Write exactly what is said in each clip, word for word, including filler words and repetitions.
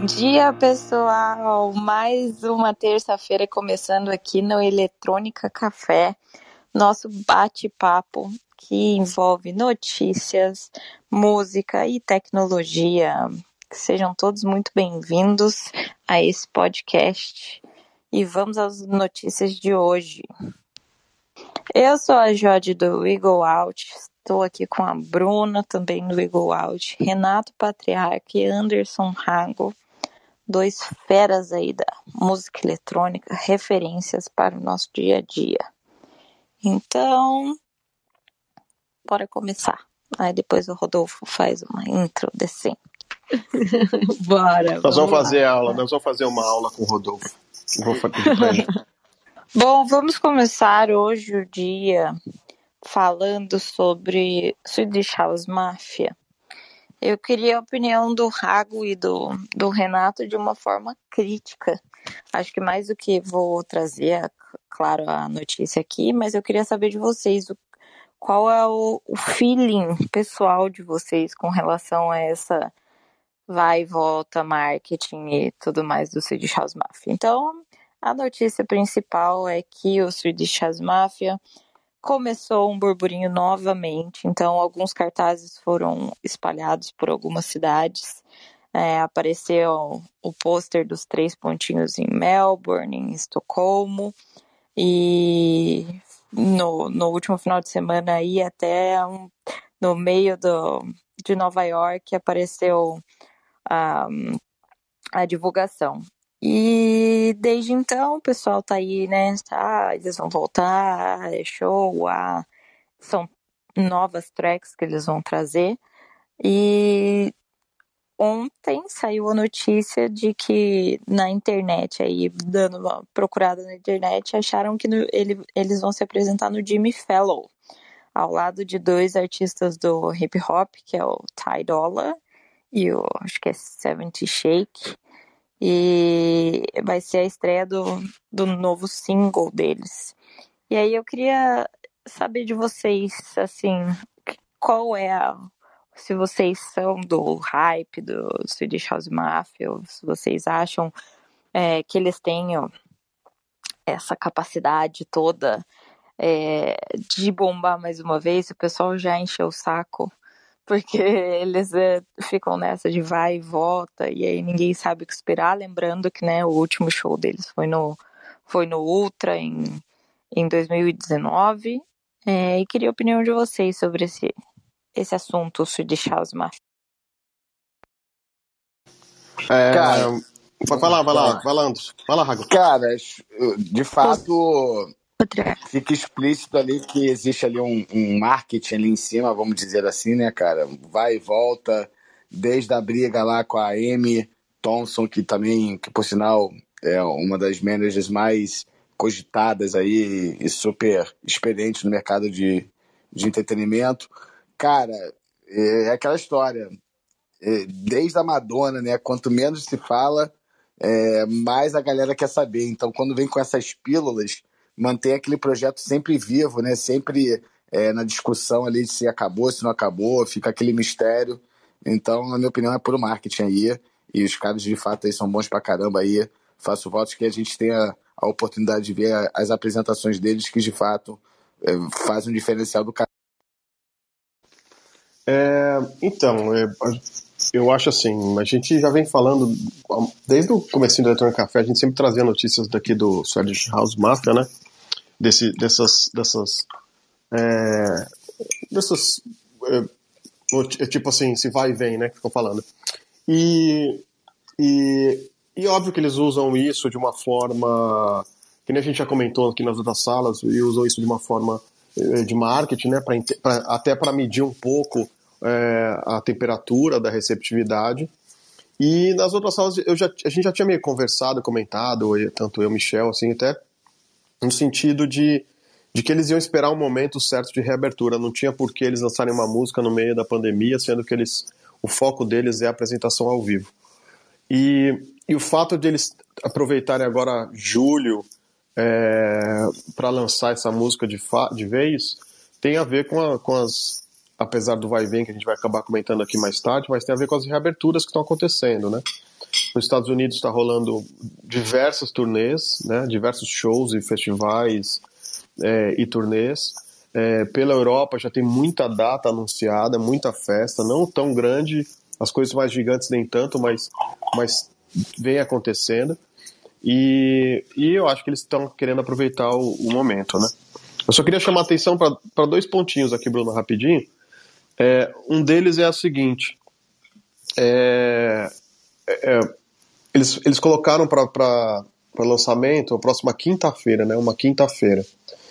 dia, pessoal! Mais uma terça-feira começando aqui no Eletrônica Café, nosso bate-papo que envolve notícias, música e tecnologia. Sejam todos muito bem-vindos a esse podcast e vamos às notícias de hoje. Eu sou a Jode do Eagle Out, estou aqui com a Bruna, também do Eagle Out, Renato Patriarca e Anderson Rago, dois feras aí da música eletrônica, referências para o nosso dia a dia. Então, bora começar. Aí depois o Rodolfo faz uma intro decente. Bora, Nós vamos lá. fazer aula, nós vamos fazer uma aula com o Rodolfo. Vou pedir pra ele. Bom, vamos começar hoje o dia falando sobre Swedish House Mafia. Eu queria a opinião do Rago e do, do Renato de uma forma crítica. Acho que mais do que vou trazer, claro, a notícia aqui, mas eu queria saber de vocês o, qual é o, o feeling pessoal de vocês com relação a essa vai e volta, marketing e tudo mais do Swedish House Mafia. Então, a notícia principal é que o Swedish House Mafia começou um burburinho novamente, então alguns cartazes foram espalhados por algumas cidades. É, apareceu o pôster dos três pontinhos em Melbourne, em Estocolmo, e no, no último final de semana aí até um, no meio do, de Nova York apareceu a, a divulgação. E desde então o pessoal tá aí, né? Ah, eles vão voltar, é show, ah, são novas tracks que eles vão trazer. E ontem saiu a notícia de que na internet, aí dando uma procurada na internet, acharam que no, ele, eles vão se apresentar no Jimmy Fallon, ao lado de dois artistas do hip hop, que é o Ty Dolla e o, acho que é setenta Shake. E vai ser a estreia do, do novo single deles. E aí eu queria saber de vocês, assim, qual é a... Se vocês são do hype do Swedish House Mafia, ou se vocês acham é, que eles tenham essa capacidade toda é, de bombar mais uma vez, o pessoal já encheu o saco, porque eles é, ficam nessa de vai e volta, e aí ninguém sabe o que esperar. Lembrando que, né, o último show deles foi no, foi no Ultra em, em dois mil e dezenove. É, e queria a opinião de vocês sobre esse, esse assunto, o Swedish House Mafia. É, Cara, vai lá, vai lá, vai lá, Anderson. Vai lá, Rago. Cara, de fato, Outra. fica explícito ali que existe ali um, um marketing ali em cima, vamos dizer assim, né, cara? Vai e volta, desde a briga lá com a Amy Thompson, que também, que por sinal é uma das managers mais cogitadas aí e super experientes no mercado de, de entretenimento. Cara, é aquela história. Desde a Madonna, né? Quanto menos se fala, é, mais a galera quer saber. Então, quando vem com essas pílulas, mantém aquele projeto sempre vivo, né? Sempre é, na discussão ali de se acabou, se não acabou, fica aquele mistério. Então, na minha opinião, é puro marketing aí. E os caras, de fato, aí são bons pra caramba aí. Faço votos que a gente tenha a oportunidade de ver as apresentações deles, que de fato é, fazem um diferencial do cara. É, então, é, eu acho assim, a gente já vem falando, desde o comecinho do Eletrônica Café, a gente sempre trazia notícias daqui do Swedish House Mafia, né? Desse, dessas, dessas, é, dessas, é, tipo assim, se vai e vem, né? Que ficam falando. E, e, e óbvio que eles usam isso de uma forma, que nem a gente já comentou aqui nas outras salas, e usam isso de uma forma de marketing, né? Pra, pra, até para medir um pouco é, a temperatura da receptividade. E nas outras salas eu já, a gente já tinha meio conversado, comentado, tanto eu, Michel, assim, até no sentido de, de que eles iam esperar um momento certo de reabertura. Não tinha por que eles lançarem uma música no meio da pandemia, sendo que eles, o foco deles é a apresentação ao vivo. E, e o fato de eles aproveitarem agora julho é, para lançar essa música de, fa- de vez, tem a ver com, a, com as, apesar do vai e vem, que a gente vai acabar comentando aqui mais tarde, mas tem a ver com as reaberturas que estão acontecendo, né? Nos Estados Unidos está rolando diversas turnês, né? Diversos shows e festivais é, e turnês. É, pela Europa já tem muita data anunciada, muita festa, não tão grande, as coisas mais gigantes nem tanto, mas, mas vem acontecendo. E, e eu acho que eles estão querendo aproveitar o, o momento, né? Eu só queria chamar a atenção para dois pontinhos aqui, Bruno, rapidinho. É, um deles é o seguinte: é, é, eles, eles colocaram para lançamento a próxima quinta-feira, né? Uma quinta-feira.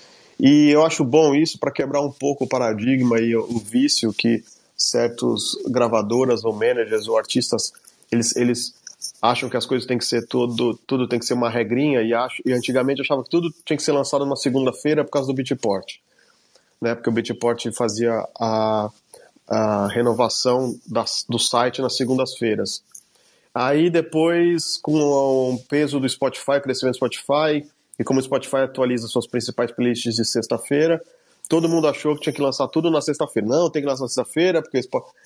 E eu acho bom isso para quebrar um pouco o paradigma e o, o vício que certos gravadoras ou managers ou artistas eles, eles acham que as coisas têm que ser tudo, tudo tem que ser uma regrinha e, acho, e antigamente achavam que tudo tinha que ser lançado na segunda-feira por causa do Beatport, né? Porque o Beatport fazia a, a renovação das, do site nas segundas-feiras. Aí depois, com o peso do Spotify, o crescimento do Spotify, e como o Spotify atualiza suas principais playlists de sexta-feira, todo mundo achou que tinha que lançar tudo na sexta-feira. Não, tem que lançar na sexta-feira, porque...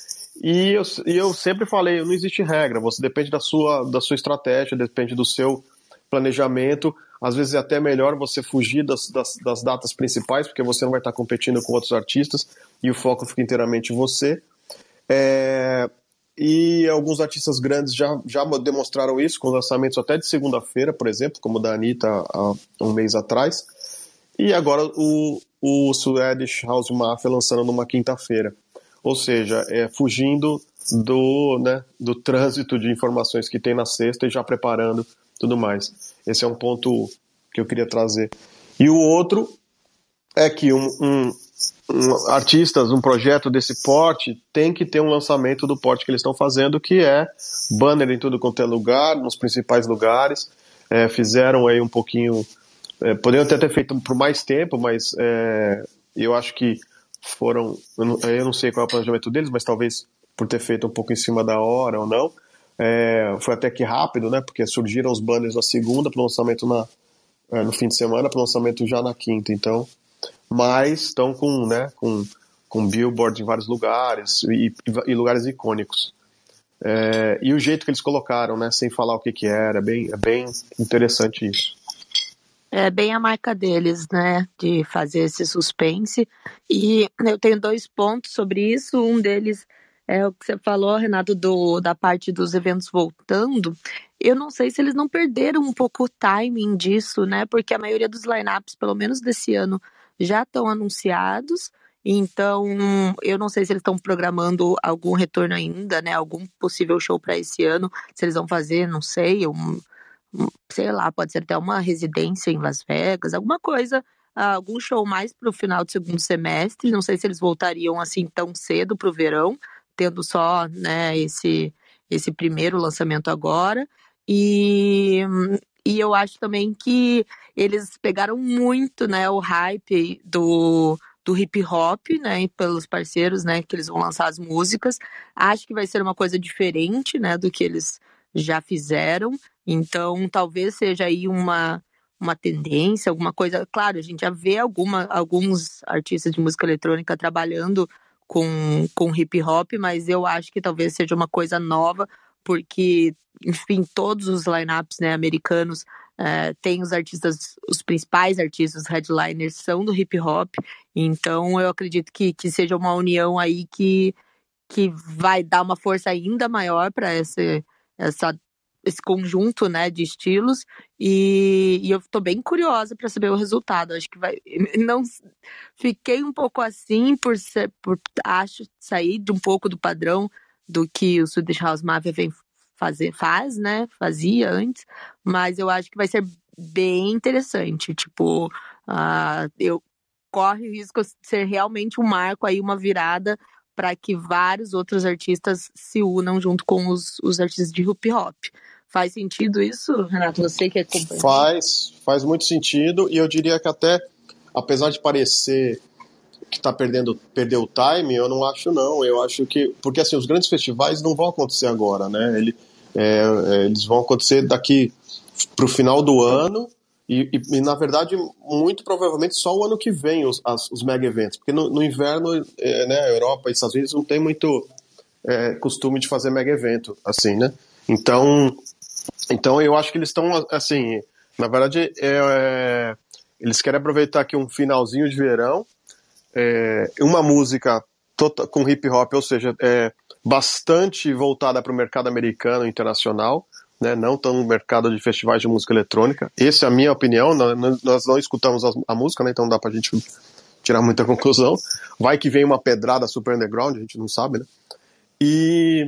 E eu, e eu sempre falei, não existe regra, você depende da sua, da sua estratégia, depende do seu planejamento. Às vezes é até melhor você fugir das, das, das datas principais, porque você não vai estar competindo com outros artistas, e o foco fica inteiramente em você. É... E alguns artistas grandes já, já demonstraram isso com lançamentos até de segunda-feira, por exemplo, como o da Anitta há um mês atrás. E agora o, o Swedish House Mafia lançando numa quinta-feira. Ou seja, é, fugindo do, né, do trânsito de informações que tem na sexta e já preparando tudo mais. Esse é um ponto que eu queria trazer. E o outro é que um... um Um, artistas, um projeto desse porte tem que ter um lançamento do porte que eles estão fazendo, que é banner em tudo quanto é lugar, nos principais lugares. É, fizeram aí um pouquinho, é, poderiam até ter feito por mais tempo, mas é, eu acho que foram, eu não, eu não sei qual é o planejamento deles, mas talvez por ter feito um pouco em cima da hora ou não, é, foi até que rápido, né, porque surgiram os banners na segunda para o lançamento na, é, no fim de semana, para o lançamento já na quinta, então mas estão com, né, com, com billboard em vários lugares e, e, e lugares icônicos. É, e o jeito que eles colocaram, né, sem falar o que, que era, é bem, é bem interessante isso. É bem a marca deles, né, de fazer esse suspense. E eu tenho dois pontos sobre isso. Um deles é o que você falou, Renato, do, da parte dos eventos voltando. Eu não sei se eles não perderam um pouco o timing disso, né, porque a maioria dos lineups, pelo menos desse ano, já estão anunciados, então eu não sei se eles estão programando algum retorno ainda, né, algum possível show para esse ano, se eles vão fazer, não sei, um, um, sei lá, pode ser até uma residência em Las Vegas, alguma coisa, algum show mais para o final do segundo semestre, não sei se eles voltariam assim tão cedo para o verão, tendo só, né, esse, esse primeiro lançamento agora, e... E eu acho também que eles pegaram muito, né, o hype do, do hip hop, né, pelos parceiros, né, que eles vão lançar as músicas. Acho que vai ser uma coisa diferente, né, do que eles já fizeram. Então, talvez seja aí uma, uma tendência, alguma coisa. Claro, a gente já vê alguma, alguns artistas de música eletrônica trabalhando com, com hip hop, mas eu acho que talvez seja uma coisa nova, porque, enfim, todos os lineups, né, americanos é, têm os artistas, os principais artistas, os headliners são do hip hop, então eu acredito que, que seja uma união aí que, que vai dar uma força ainda maior para esse, essa, esse conjunto, né, de estilos, e, e eu estou bem curiosa para saber o resultado. Acho que vai, não fiquei um pouco assim por, ser, por acho sair de um pouco do padrão do que o Swedish House Mafia vem fazer, faz, né? Fazia antes, mas eu acho que vai ser bem interessante. Tipo, uh, eu corre o risco de ser realmente um marco aí, uma virada para que vários outros artistas se unam junto com os, os artistas de hip hop. Faz sentido isso, Renato? Você que é companheiro? Faz, faz muito sentido, e eu diria que até, apesar de parecer que está perdendo perdeu o time, eu não acho não, eu acho que, porque assim, os grandes festivais não vão acontecer agora, né, Ele, é, é, eles vão acontecer daqui para o final do ano, e, e, e na verdade, muito provavelmente só o ano que vem os, as, os mega eventos, porque no, no inverno, é, né, Europa e Estados Unidos não tem muito é, costume de fazer mega evento, assim, né, Então, então eu acho que eles estão, assim, na verdade, é, é, eles querem aproveitar aqui um finalzinho de verão, é, uma música tota, com hip hop, ou seja, é, bastante voltada para o mercado americano e internacional, né, não tão no mercado de festivais de música eletrônica. Essa é a minha opinião, nós, nós não escutamos a, a música, né, então dá pra gente tirar muita conclusão. Vai que vem uma pedrada super underground, a gente não sabe, né? E,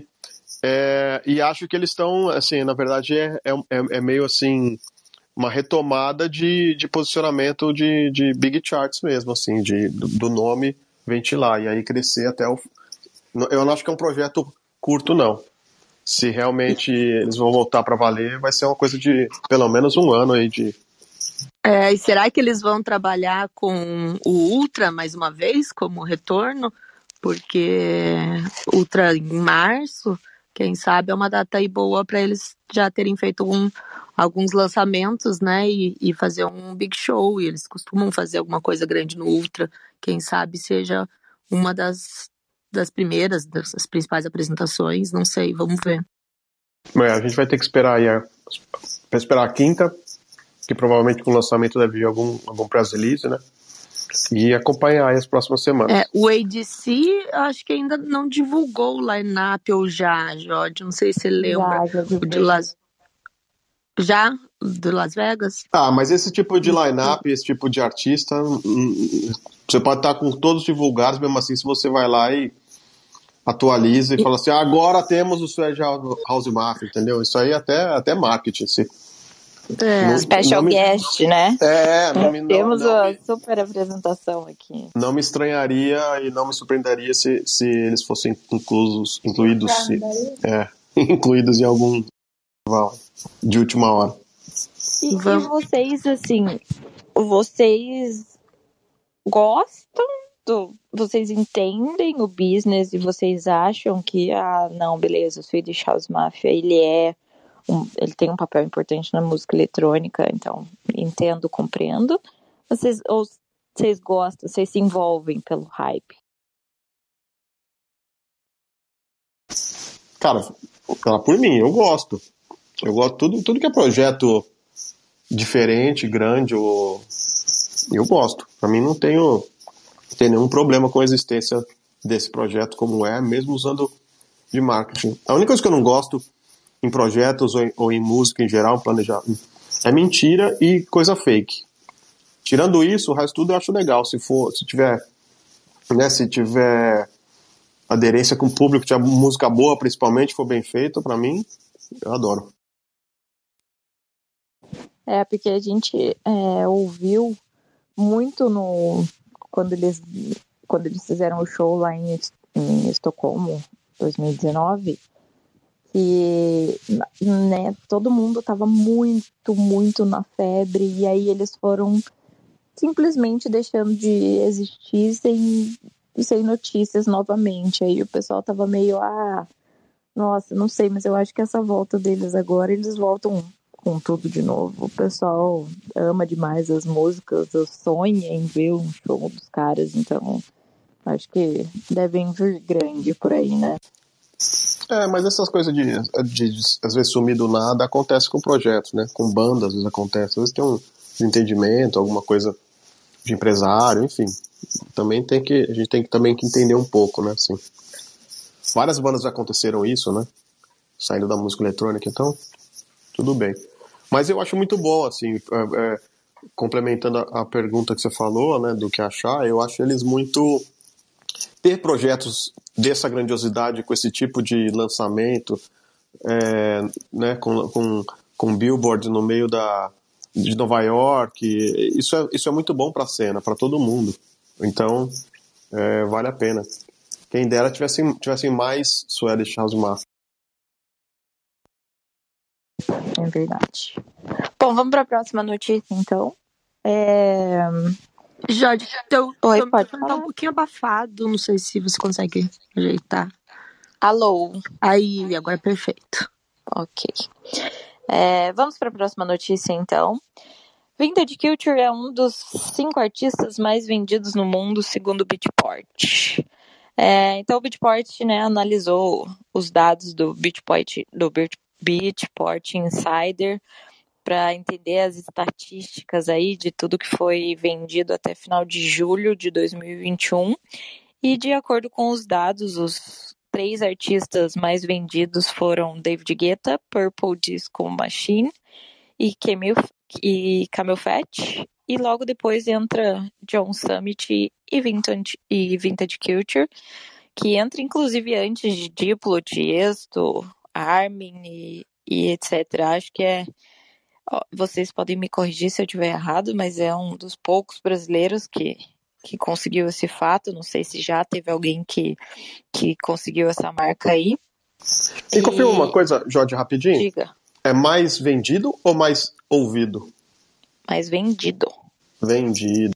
é, e acho que eles estão, assim, na verdade é, é, é meio assim, uma retomada de, de posicionamento de, de big charts mesmo, assim, de, do, do nome ventilar, e aí crescer até o... Eu não acho que é um projeto curto, não. Se realmente eles vão voltar para valer, vai ser uma coisa de pelo menos um ano aí de... É, e será que eles vão trabalhar com o Ultra mais uma vez como retorno? Porque Ultra em março, quem sabe é uma data aí boa para eles já terem feito um, alguns lançamentos, né? E, e fazer um big show. E eles costumam fazer alguma coisa grande no Ultra. Quem sabe seja uma das, das primeiras, das principais apresentações. Não sei, vamos ver. É, a gente vai ter que esperar aí, para esperar a quinta, que provavelmente com o lançamento deve vir algum, algum press release, né? E acompanhar aí as próximas semanas. É, o A D C, acho que ainda não divulgou o line-up ou já, Jorge, não sei se você lembra. Já, já o de Las... Já? De Las Vegas? Ah, mas esse tipo de line-up, esse tipo de artista, você pode estar com todos divulgados, mesmo assim, se você vai lá e atualiza e, e... fala assim, ah, agora temos o Swedish House Mafia, entendeu? Isso aí até, até marketing, sim. É. Não, Special não guest, me... né? É, não me, não, temos não uma me... super apresentação aqui. Não me estranharia e não me surpreenderia se, se eles fossem inclusos, incluídos, se, é, incluídos em algum de última hora. E, e vocês, assim, vocês gostam do... Vocês entendem o business e vocês acham que, ah, não, beleza, o Swedish House Mafia, ele é Um, ele tem um papel importante na música eletrônica, então entendo, compreendo. Vocês, ou vocês gostam, vocês se envolvem pelo hype? Cara, fala por mim, eu gosto. Eu gosto tudo, tudo que é projeto diferente, grande, eu, eu gosto. Pra mim não tenho, tem nenhum problema com a existência desse projeto como é, mesmo usando de marketing. A única coisa que eu não gosto em projetos ou em, ou em música em geral, planejar, é mentira e coisa fake. Tirando isso, o resto tudo eu acho legal. Se for, se tiver, né, se tiver aderência com o público, tiver música boa, principalmente, for bem feita, pra mim, eu adoro. É, porque a gente é, ouviu muito no quando eles quando eles fizeram o show lá em, em Estocolmo, dois mil e dezenove. E né, todo mundo estava muito, muito na febre, e aí eles foram simplesmente deixando de existir sem, sem notícias novamente. Aí o pessoal tava meio, ah, nossa, não sei, mas eu acho que essa volta deles agora, eles voltam com tudo de novo. O pessoal ama demais as músicas, eu sonho em ver um show dos caras, então acho que devem vir grande por aí, né? É, mas essas coisas de, de, de às vezes sumir do nada acontece com projetos, né? Com bandas, às vezes acontece. Às vezes tem um desentendimento, alguma coisa de empresário, enfim. Também tem que, a gente tem que também que entender um pouco, né? Assim, várias bandas aconteceram isso, né? Saindo da música eletrônica, então tudo bem. Mas eu acho muito bom, assim, é, é, complementando a, a pergunta que você falou, né? Do que achar, eu acho eles muito... Ter projetos dessa grandiosidade, com esse tipo de lançamento, é, né, com, com, com Billboard no meio da, de Nova York, isso é, isso é muito bom para a cena, para todo mundo. Então, é, vale a pena. Quem dera tivessem, tivessem mais Swedish House Mafia. É verdade. Bom, vamos para a próxima notícia, então. É... Jorge, teu, Oi, teu pode microfone falar. tá um pouquinho abafado, não sei se você consegue ajeitar. Alô. Aí, agora é perfeito. Ok. É, vamos para a próxima notícia, então. Vintage Culture é um dos cinco artistas mais vendidos no mundo, segundo o Beatport. É, então, o Beatport, né, analisou os dados do Beatport, do Beatport Insider para entender as estatísticas aí de tudo que foi vendido até final de julho de dois mil e vinte e um. E de acordo com os dados, os três artistas mais vendidos foram David Guetta, Purple Disco Machine e Camel, e Camel Fat. E logo depois entra John Summit e Vintage, e Vintage Culture, que entra inclusive antes de Diplo, Tiesto, Armin e, e etcétera. Acho que é... Vocês podem me corrigir se eu estiver errado, mas é um dos poucos brasileiros que, que conseguiu esse fato. Não sei se já teve alguém que, que conseguiu essa marca aí. E, e confirma uma coisa, Jorge, rapidinho. Diga. É mais vendido ou mais ouvido? Mais vendido. Vendido.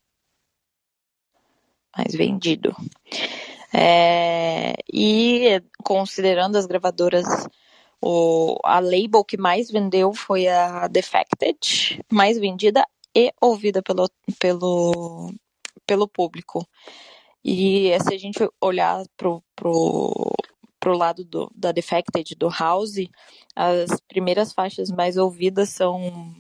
Mais vendido. É, e considerando as gravadoras, o, a label que mais vendeu foi a Defected, mais vendida e ouvida pelo, pelo, pelo público. E se a gente olhar pro, pro, pro lado do, da Defected, do House, as primeiras faixas mais ouvidas são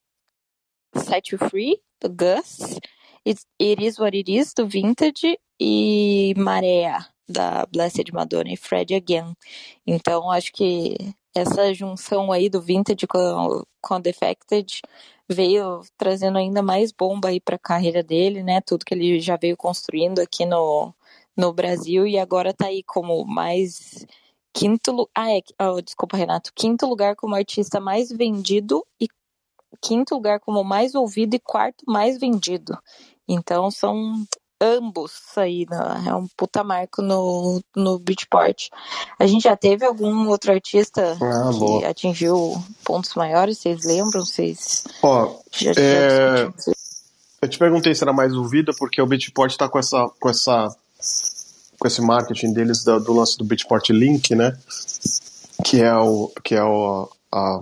Set You Free, do Gus, It, It Is What It Is, do Vintage, e Marea, da Blessed Madonna e Fred Again. Então, acho que essa junção aí do Vintage com, com a Defected veio trazendo ainda mais bomba aí para a carreira dele, né? Tudo que ele já veio construindo aqui no, no Brasil, e agora tá aí como mais quinto... Ah, é, oh, desculpa, Renato. Quinto lugar como artista mais vendido e quinto lugar como mais ouvido e quarto mais vendido. Então são ambos aí, né? É um puta marco no, no Beatport. A gente já teve algum outro artista ah, que boa. atingiu pontos maiores? Vocês lembram? Vocês Ó, já, é... já discutiram? Eu te perguntei se era mais ouvido porque o Beatport está com essa, com essa, com esse marketing deles do, do lance do Beatport Link, né? Que é o, que é o, a,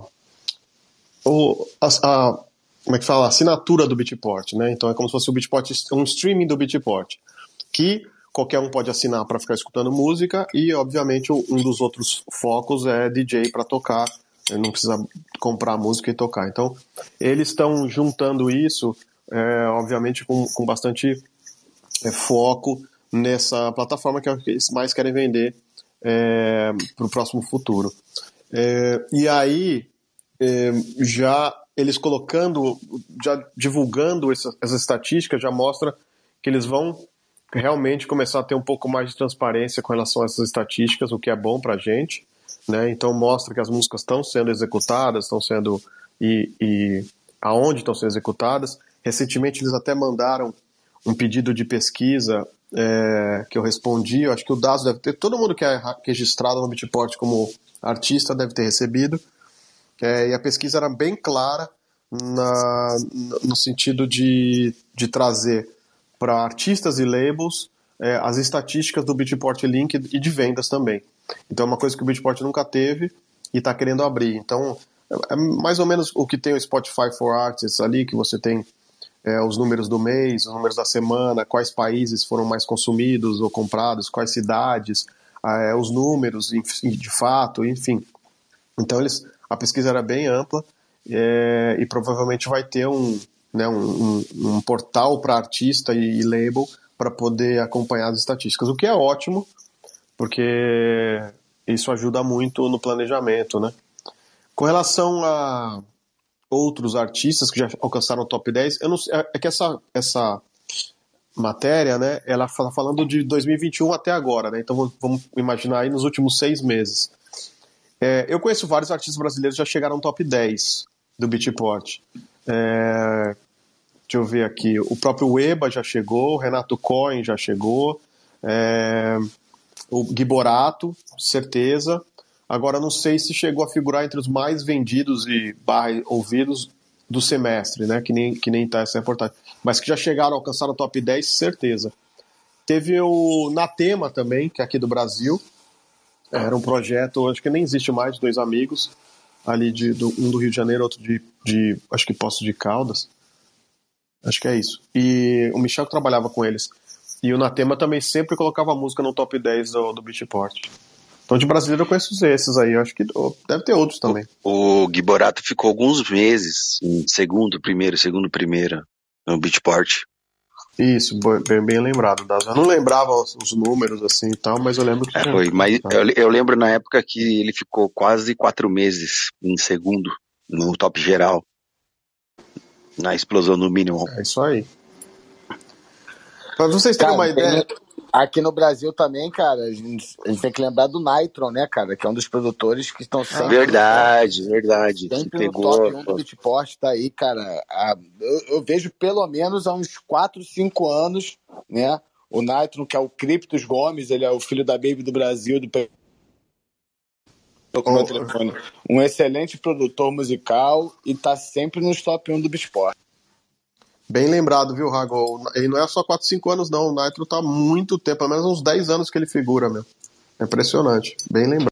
o, a, a como é que fala? A assinatura do Beatport, né? Então é como se fosse o Beatport, um streaming do Beatport, que qualquer um pode assinar para ficar escutando música e, obviamente, um dos outros focos é D J para tocar. Ele não precisa comprar música e tocar. Então, eles estão juntando isso, é, obviamente, com, com bastante é, foco nessa plataforma que é o que eles mais querem vender é, para o próximo futuro. É, e aí, é, já eles colocando, já divulgando essa, essas estatísticas, já mostra que eles vão realmente começar a ter um pouco mais de transparência com relação a essas estatísticas, o que é bom pra gente, né? Então mostra que as músicas estão sendo executadas, estão sendo e, e aonde estão sendo executadas. Recentemente eles até mandaram um pedido de pesquisa é, que eu respondi. Eu acho que o Dazo deve ter, todo mundo que é registrado no Beatport como artista deve ter recebido. É, e a pesquisa era bem clara na, no sentido de, de trazer para artistas e labels é, as estatísticas do Beatport Link e de vendas também. Então é uma coisa que o Beatport nunca teve e está querendo abrir. Então é mais ou menos o que tem o Spotify for Artists ali, que você tem é, os números do mês, os números da semana, quais países foram mais consumidos ou comprados, quais cidades, é, os números de fato, enfim. Então eles, a pesquisa era bem ampla é, e provavelmente vai ter um, né, um, um, um portal para artista e, e label para poder acompanhar as estatísticas, o que é ótimo, porque isso ajuda muito no planejamento, né? Com relação a outros artistas que já alcançaram o top dez, eu não sei, é que essa, essa matéria, né, ela está falando de dois mil e vinte e um até agora, né? Então vamos imaginar aí nos últimos seis meses. É, eu conheço vários artistas brasileiros que já chegaram no top dez do Beatport. É, deixa eu ver aqui. O próprio Eba já chegou, o Renato Cohen já chegou, é, o Gui Borato, certeza. Agora não sei se chegou a figurar entre os mais vendidos e barra ouvidos do semestre, né? Que nem, que nem tá essa reportagem. Mas que já chegaram a alcançar o top dez, certeza. Teve o Natema também, que é aqui do Brasil. Era um projeto, acho que nem existe mais, de dois amigos, ali de, do, um do Rio de Janeiro, outro de, de, acho que Poços de Caldas. Acho que é isso. E o Michel trabalhava com eles. E o Natema também sempre colocava música no top dez do, do Beatport. Então de brasileiro eu conheço esses aí, eu acho que deve ter outros também. O, o Gui Borato ficou alguns meses em segundo, primeiro, segundo, primeira no Beatport. Isso, bem, bem lembrado. Eu não lembrava os, os números assim e tal, mas eu lembro que... É, foi, mas eu, eu lembro na época que ele ficou quase quatro meses em segundo no top geral, na explosão do Minimal. É isso aí. Pra vocês terem Cara, uma ideia... tem- aqui no Brasil também, cara, a gente, a gente tem que lembrar do Nitron, né, cara? Que é um dos produtores que estão sempre, Verdade, verdade. Que sempre no pegou. top um do Beatport, tá aí, cara. A- eu, eu vejo pelo menos há uns quatro, cinco anos, né? O Nitron, que é o Criptos Gomes, ele é o filho da Baby do Brasil, do Pe- Tô com o meu Oh, telefone. Um excelente produtor musical e tá sempre nos top um do Beatport. Bem lembrado, viu, Rago? Ele não é só quatro, cinco anos, não. O Nitro tá há muito tempo, pelo menos uns dez anos que ele figura, meu. É impressionante. Bem lembrado.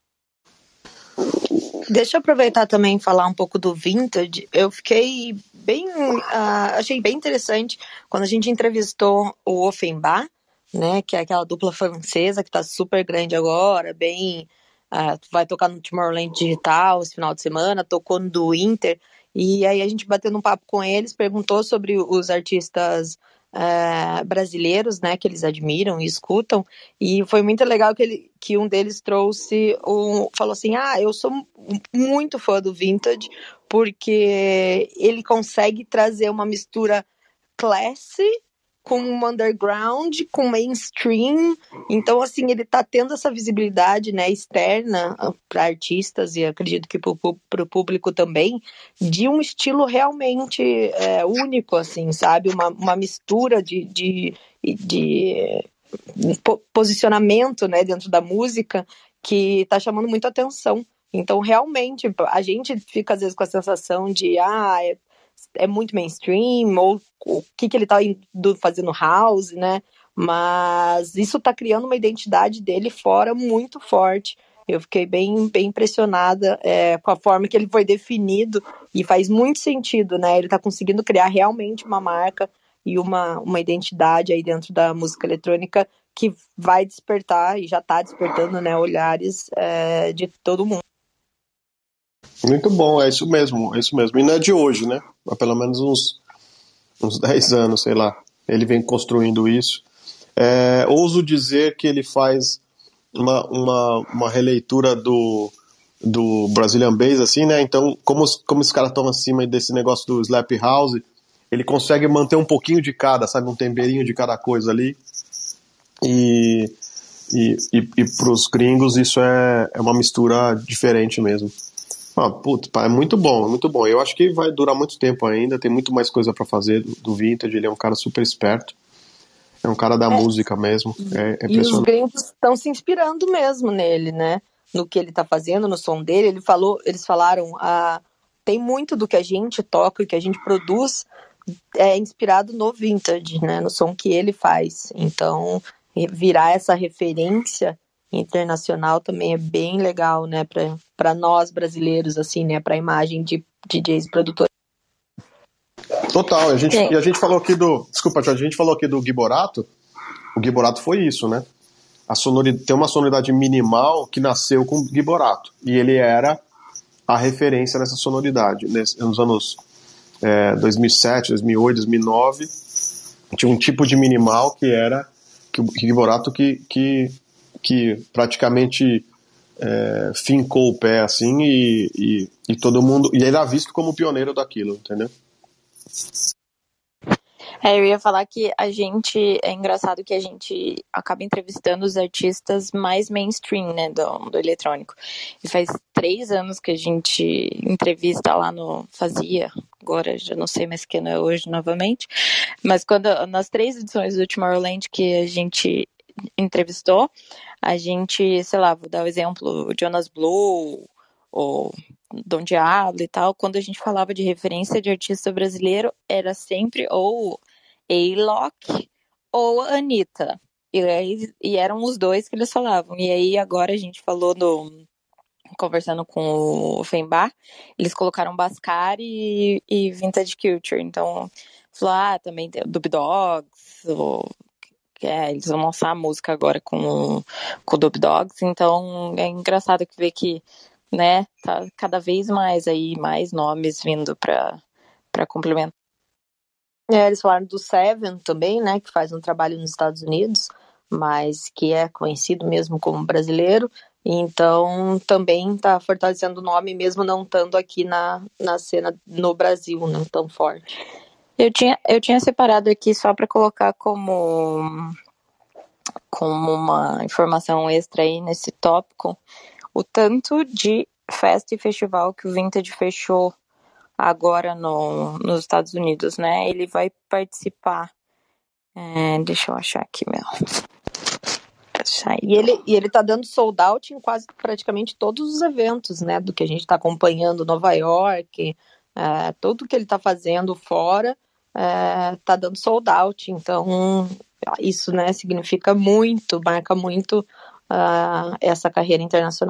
Deixa eu aproveitar também e falar um pouco do Vintage. Eu fiquei bem, uh, achei bem interessante quando a gente entrevistou o Offenbach, né, que é aquela dupla francesa que tá super grande agora, bem, uh, vai tocar no Tomorrowland Digital esse final de semana, tocou no do Inter, e aí a gente bateu um papo com eles, perguntou sobre os artistas uh, brasileiros, né, que eles admiram e escutam, e foi muito legal que, ele, que um deles trouxe, um, falou assim, ah, eu sou muito fã do Vintage, porque ele consegue trazer uma mistura classy com um underground, com mainstream, então assim, ele tá tendo essa visibilidade, né, externa para artistas e acredito que para o público também, de um estilo realmente é, único, assim, sabe, uma, uma mistura de, de, de posicionamento, né, dentro da música que está chamando muita atenção. Então, realmente, a gente fica às vezes com a sensação de ah, é, é muito mainstream, ou o que, que ele está fazendo house, né? Mas isso está criando uma identidade dele fora muito forte. Eu fiquei bem, bem impressionada é, com a forma que ele foi definido e faz muito sentido, né? Ele está conseguindo criar realmente uma marca e uma, uma identidade aí dentro da música eletrônica que vai despertar, e já está despertando, né, olhares é, de todo mundo. Muito bom, é isso mesmo, é isso mesmo. E não é de hoje, né? Há pelo menos uns, uns dez anos, sei lá. Ele vem construindo isso. É, ouso dizer que ele faz uma, uma, uma releitura do, do Brazilian Bass, assim, né? Então, como os, como os caras estão acima desse negócio do Slap House, ele consegue manter um pouquinho de cada, sabe? Um temperinho de cada coisa ali. E, e, e, e pros gringos isso é, é uma mistura diferente mesmo. Ah, puta, é muito bom, é muito bom. Eu acho que vai durar muito tempo ainda, tem muito mais coisa pra fazer do, do Vintage, ele é um cara super esperto. É um cara da é, música mesmo. É, é e os gringos estão se inspirando mesmo nele, né? No que ele tá fazendo, no som dele. Ele falou, eles falaram, ah, tem muito do que a gente toca e que a gente produz é inspirado no Vintage, né? No som que ele faz. Então, virar essa referência internacional também é bem legal, né? Para nós brasileiros, assim, né? Para a imagem de D Js produtores. Total, a gente, é. E a gente falou aqui do. Desculpa, a gente falou aqui do Gui Borato. O Gui Borato foi isso, né? A sonoridade, tem uma sonoridade minimal que nasceu com o Gui Borato. E ele era a referência nessa sonoridade. Nesse, nos anos é, dois mil e sete, dois mil e oito, dois mil e nove, tinha um tipo de minimal que era que o Gui Borato que, que, que praticamente é, fincou o pé assim e, e, e todo mundo. E ele era visto como o pioneiro daquilo, entendeu? É, eu ia falar que a gente, é engraçado que a gente acaba entrevistando os artistas mais mainstream, né, do, do eletrônico. E faz três anos que a gente entrevista lá no, fazia, agora já não sei mais que ano é hoje novamente, mas quando, nas três edições do Tomorrowland que a gente entrevistou, a gente, sei lá, vou dar o exemplo, Jonas Blue, ou Dom Diablo e tal, quando a gente falava de referência de artista brasileiro, era sempre ou A-Lock ou Anitta. E, aí, e eram os dois que eles falavam. E aí agora a gente falou no... conversando com o Offenbach, eles colocaram Bascari e, e Vintage Culture. Então, falou, ah, também tem o Dub Dogs, o É, eles vão lançar a música agora com, com o Dub Dogs, então é engraçado que ver que, né, tá cada vez mais aí, mais nomes vindo pra, pra complementar. É, eles falaram do Seven também, né, que faz um trabalho nos Estados Unidos, mas que é conhecido mesmo como brasileiro, então também está fortalecendo o nome, mesmo não estando aqui na, na cena no Brasil, não tão forte. Eu tinha, eu tinha separado aqui só para colocar como, como uma informação extra aí nesse tópico, o tanto de festa e festival que o Vintage fechou agora no, nos Estados Unidos, né? Ele vai participar. É, deixa eu achar aqui, meu. E ele, e ele tá dando sold out em quase praticamente todos os eventos, né? Do que a gente está acompanhando, Nova York, é, tudo que ele está fazendo fora, é, tá dando sold out. Então, isso, né, significa muito, marca muito uh, essa carreira internacional.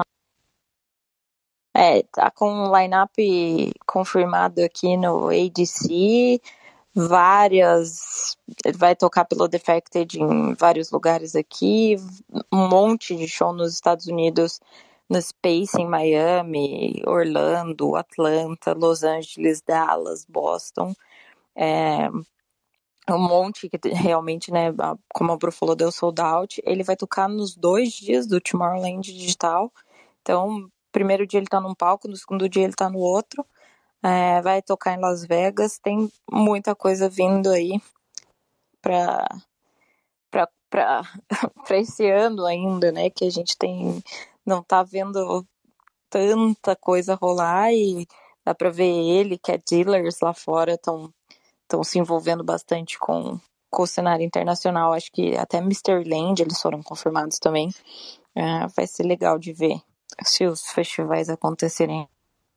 É, tá com um line-up confirmado aqui no A D C, várias, ele vai tocar pelo Defected em vários lugares aqui, um monte de show nos Estados Unidos, no Space em Miami, Orlando, Atlanta, Los Angeles, Dallas, Boston, é, um monte que realmente, né, como a Bru falou, deu sold out. Ele vai tocar nos dois dias do Tomorrowland Digital, então primeiro dia ele tá num palco, no segundo dia ele tá no outro. É, vai tocar em Las Vegas, tem muita coisa vindo aí pra, pra, pra, pra esse ano ainda, né, que a gente tem, não tá vendo tanta coisa rolar e dá pra ver ele, que é dealers lá fora, estão estão se envolvendo bastante com, com o cenário internacional, acho que até mister Land eles foram confirmados também, é, vai ser legal de ver se os festivais acontecerem.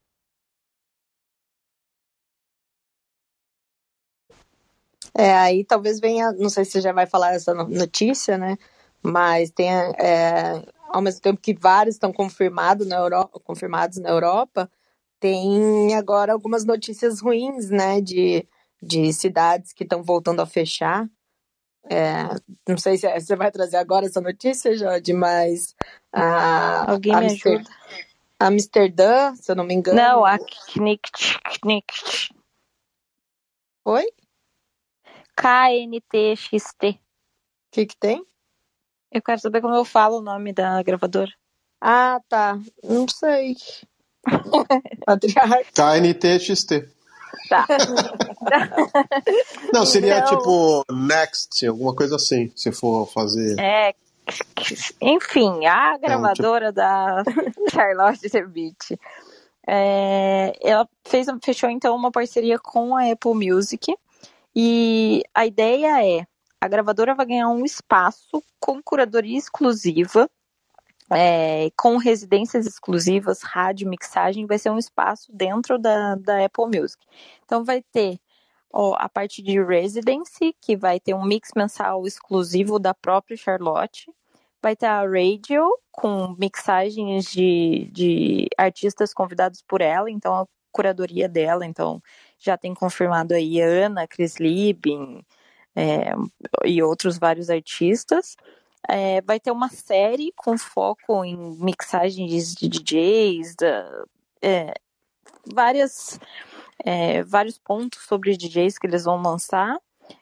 É, aí talvez venha, não sei se você já vai falar essa notícia, né? Mas tem, é, ao mesmo tempo que vários estão confirmados na Europa, confirmados na Europa, tem agora algumas notícias ruins, né? De, de cidades que estão voltando a fechar. É, não sei se você vai trazer agora essa notícia, Jode, mas a, Alguém a me Amster, ajuda? Amsterdã, se eu não me engano. Não, a Knicht, Knicht. Oi? K N T X T. O que que tem? Eu quero saber como eu falo o nome da gravadora. Ah, tá. Não sei. Patriarca. K N T X T. Tá. Não, seria Então, tipo Next, alguma coisa assim, se for fazer. É, enfim, a gravadora É um tipo... da Charlotte The Beat. É, ela fez, fechou então uma parceria com a Apple Music e a ideia é a gravadora vai ganhar um espaço com curadoria exclusiva, é, com residências exclusivas, rádio, mixagem, vai ser um espaço dentro da, da Apple Music. Então vai ter ó, a parte de residency, que vai ter um mix mensal exclusivo da própria Charlotte. Vai ter a radio, com mixagens de, de artistas convidados por ela, então a curadoria dela, então já tem confirmado aí a Ana, Chris Liebing, é, e outros vários artistas. É, vai ter uma série com foco em mixagens de D Js, da, é, várias, é, vários pontos sobre D Js que eles vão lançar.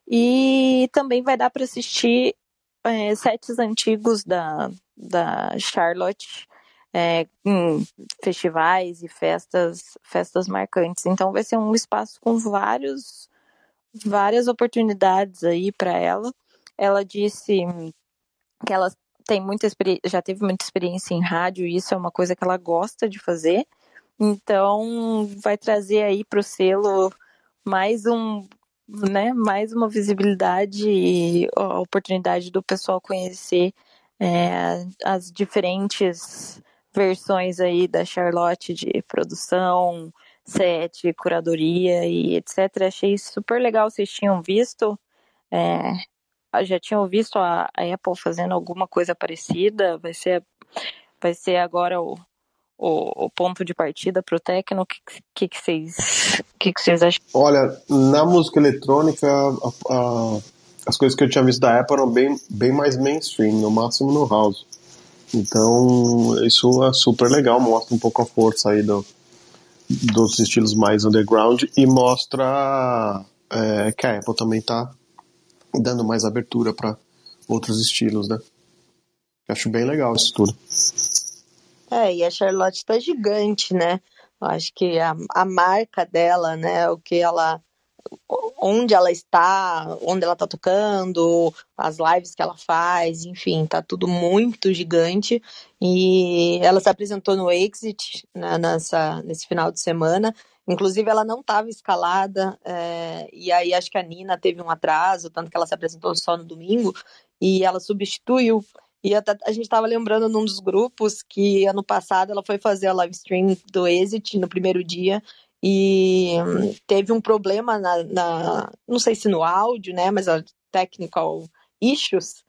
E também vai dar para assistir é, sets antigos da, da Charlotte é, em festivais e festas, festas marcantes. Então vai ser um espaço com vários, várias oportunidades aí para ela. Ela disse que ela tem muita já teve muita experiência em rádio e isso é uma coisa que ela gosta de fazer. Então vai trazer aí para o selo mais um, né, mais uma visibilidade e a oportunidade do pessoal conhecer é, as diferentes versões aí da Charlotte de produção, set, curadoria e etcétera. Achei super legal, vocês tinham visto? É, já tinham visto a, a Apple fazendo alguma coisa parecida? Vai ser, vai ser agora o, o, o ponto de partida para o techno? O que, que, que, vocês, que, que vocês acham? Olha, na música eletrônica, a, a, as coisas que eu tinha visto da Apple eram bem, bem mais mainstream, no máximo no house. Então, isso é super legal, mostra um pouco a força aí do, dos estilos mais underground e mostra é, que a Apple também tá dando mais abertura para outros estilos, né? Acho bem legal isso tudo. É, e a Charlotte tá gigante, né? Eu acho que a, a marca dela, né? O que ela onde ela está, onde ela está tocando, as lives que ela faz, enfim, tá tudo muito gigante. E ela se apresentou no Exit, né, nessa, nesse final de semana. Inclusive, ela não estava escalada, é, e aí acho que a Nina teve um atraso, tanto que ela se apresentou só no domingo, e ela substituiu. E até, a gente estava lembrando num dos grupos que ano passado ela foi fazer a live stream do Exit no primeiro dia, e teve um problema na, na, não sei se no áudio, né, mas a technical issues,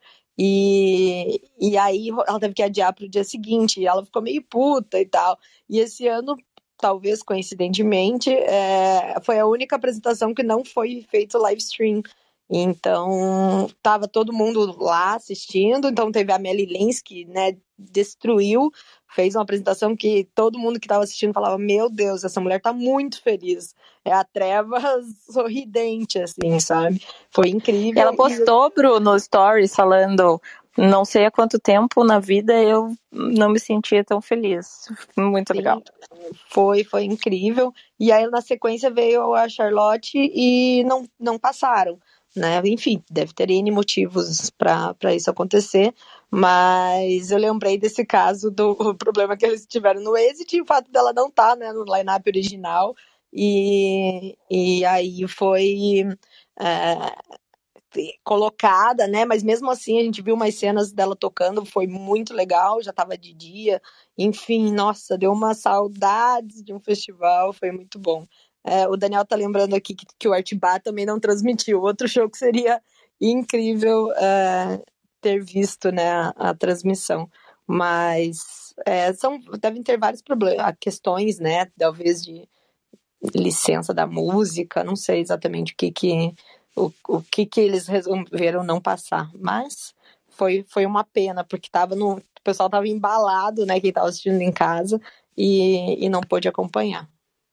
e, e aí ela teve que adiar para o dia seguinte, e ela ficou meio puta e tal, e esse ano, talvez coincidentemente, é, foi a única apresentação que não foi feito live stream. Então, tava todo mundo lá assistindo, então teve a Melly Lens, que, né, destruiu, fez uma apresentação que todo mundo que estava assistindo falava, meu Deus, essa mulher tá muito feliz. É a treva sorridente, assim, sabe? Foi incrível. E ela postou, e... Bruno, no Stories, falando, não sei há quanto tempo na vida eu não me sentia tão feliz. Muito Sim, legal. Foi, foi incrível. E aí, na sequência, veio a Charlotte e não, não passaram. Né? Enfim, deve ter N motivos para isso acontecer, mas eu lembrei desse caso do problema que eles tiveram no Exit e o fato dela não estar, né, no line-up original, e, e aí foi é, colocada, né, mas mesmo assim a gente viu umas cenas dela tocando, foi muito legal, já estava de dia, enfim, nossa, deu uma saudade de um festival, foi muito bom. É, o Daniel tá lembrando aqui que, que o Artbar também não transmitiu. Outro show que seria incrível é, ter visto, né, a, a transmissão. Mas é, são, devem ter vários problemas, questões, né, talvez de licença da música, não sei exatamente o que que, o, o que, que eles resolveram não passar. Mas foi, foi uma pena, porque tava no, o pessoal estava embalado, né, quem estava assistindo em casa, e, e não pôde acompanhar.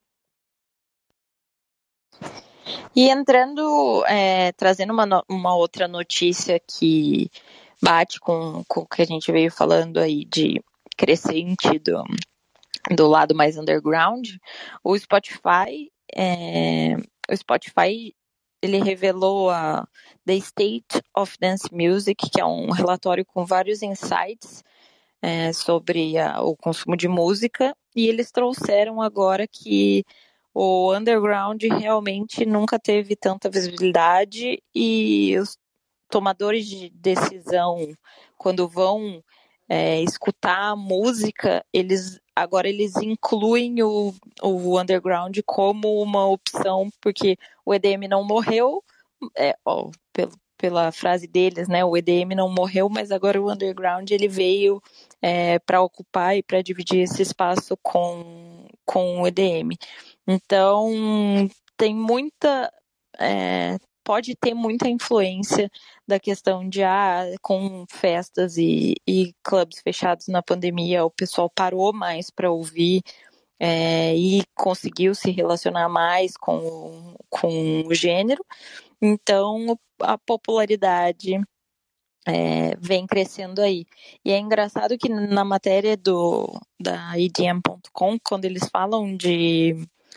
E entrando, é, trazendo uma, uma outra notícia que bate com, com o que a gente veio falando aí de crescente do, do lado mais underground, o Spotify, é, o Spotify, ele revelou a The State of Dance Music, que é um relatório com vários insights é, sobre a, o consumo de música, e eles trouxeram agora que o underground realmente nunca teve tanta visibilidade e os tomadores de decisão, quando vão é, escutar a música, eles agora eles incluem o, o underground como uma opção, porque o E D M não morreu, é, ó, pelo, pela frase deles, né? O E D M não morreu, mas agora o underground ele veio é, para ocupar e para dividir esse espaço com, com o E D M. Então tem muita é, pode ter muita influência da questão de ah, com festas e, e clubes fechados na pandemia, o pessoal parou mais para ouvir é, e conseguiu se relacionar mais com, com o gênero. Então a popularidade é, vem crescendo aí. E é engraçado que na matéria do da E D M ponto com, quando eles falam de,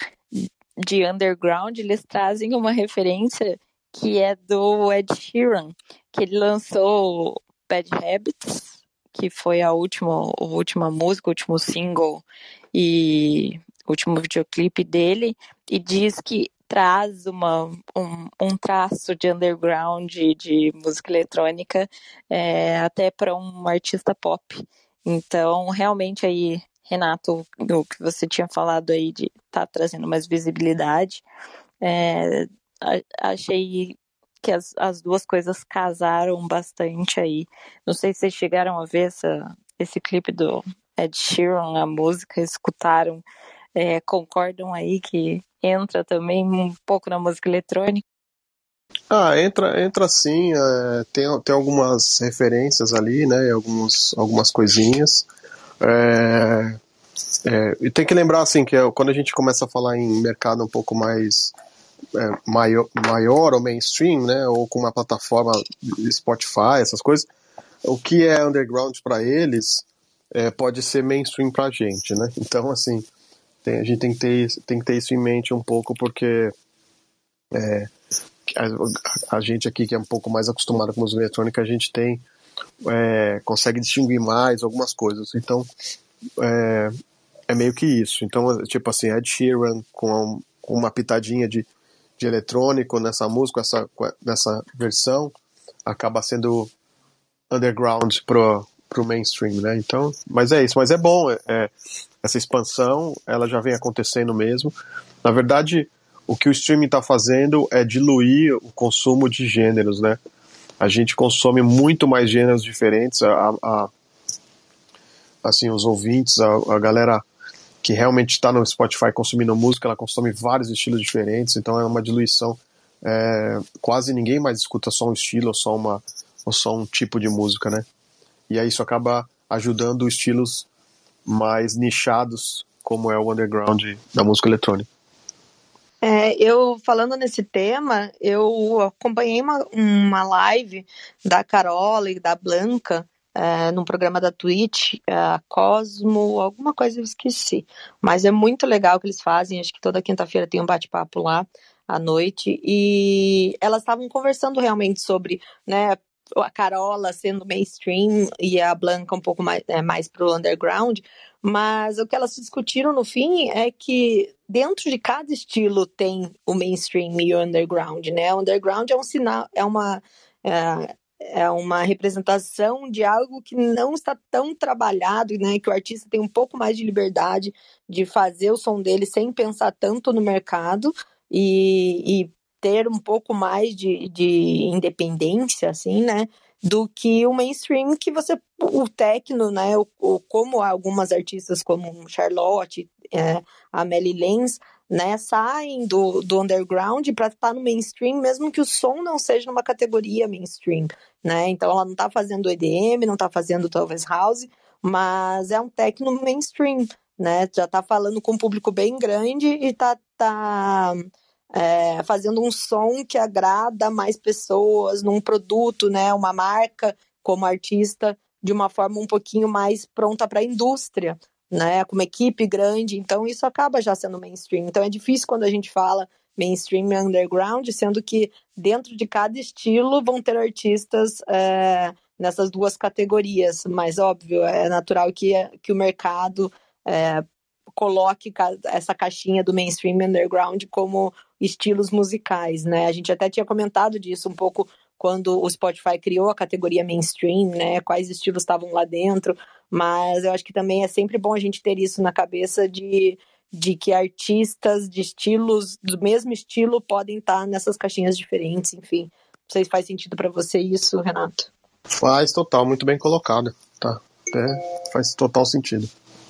de underground, eles trazem uma referência que é do Ed Sheeran, que ele lançou Bad Habits, que foi a última, a última música, o último single e o último videoclipe dele, e diz que traz uma, um, um traço de underground, de música eletrônica, é, até para um artista pop. Então, realmente aí, Renato, o que você tinha falado aí de estar tá trazendo mais visibilidade, é, achei que as, as duas coisas casaram bastante aí. Não sei se vocês chegaram a ver essa, esse clipe do Ed Sheeran, a música, escutaram, é, concordam aí que entra também um pouco na música eletrônica? Ah, entra, entra sim, é, tem, tem algumas referências ali, né, alguns, algumas coisinhas. É, é, e tem que lembrar, assim, que é, quando a gente começa a falar em mercado um pouco mais é, maior, maior ou mainstream, né, ou com uma plataforma Spotify, essas coisas, o que é underground para eles é, pode ser mainstream pra gente, né? Então, assim, tem, a gente tem que, ter, tem que ter isso em mente um pouco, porque é, a, a gente aqui que é um pouco mais acostumado com música eletrônica, a gente tem é, consegue distinguir mais algumas coisas. Então, é, é meio que isso. Então, tipo assim, Ed Sheeran com, com uma pitadinha de, de eletrônico nessa música, essa, nessa versão, acaba sendo underground pro, pro mainstream, né? Então, mas é isso. Mas é bom, é, essa expansão, ela já vem acontecendo mesmo. Na verdade, o que o streaming está fazendo é diluir o consumo de gêneros, né? A gente consome muito mais gêneros diferentes, a, a assim, os ouvintes, a, a galera que realmente está no Spotify consumindo música, ela consome vários estilos diferentes, então é uma diluição. É, quase ninguém mais escuta só um estilo ou só, uma, ou só um tipo de música, né? E aí isso acaba ajudando estilos mais nichados, como é o underground da música eletrônica. É, eu, falando nesse tema, eu acompanhei uma, uma live da Carola e da Blanca, é, num programa da Twitch, é, Cosmo, alguma coisa eu esqueci. Mas é muito legal o que eles fazem, acho que toda quinta-feira tem um bate-papo lá à noite. E elas estavam conversando realmente sobre, né, a Carola sendo mainstream e a Blanca um pouco mais, é, mais pro underground. Mas o que elas discutiram no fim é que dentro de cada estilo tem o mainstream e o underground, né? O underground é um sinal, é uma, é, é uma representação de algo que não está tão trabalhado, né? Que o artista tem um pouco mais de liberdade de fazer o som dele sem pensar tanto no mercado e, e ter um pouco mais de, de independência, assim, né? Do que o mainstream, que você, o techno, né, o, o, como algumas artistas como Charlotte, é, a Melly Lenz, né, saem do, do underground para estar no mainstream, mesmo que o som não seja numa categoria mainstream, né, então ela não está fazendo E D M, não está fazendo talvez house, mas é um techno mainstream, né, já está falando com um público bem grande e está tá, é, fazendo um som que agrada mais pessoas, num produto, né, uma marca como artista, de uma forma um pouquinho mais pronta para a indústria, né, com uma equipe grande, então isso acaba já sendo mainstream. Então é difícil quando a gente fala mainstream e underground, sendo que dentro de cada estilo vão ter artistas é, nessas duas categorias, mas óbvio, é natural que, que o mercado é, coloque essa caixinha do mainstream e underground como estilos musicais, né? A gente até tinha comentado disso um pouco quando o Spotify criou a categoria mainstream, né? Quais estilos estavam lá dentro, mas eu acho que também é sempre bom a gente ter isso na cabeça de, de que artistas de estilos, do mesmo estilo, podem estar nessas caixinhas diferentes, enfim. Não sei se faz sentido para você isso, Renato. Faz total, muito bem colocado, tá? É, faz total sentido.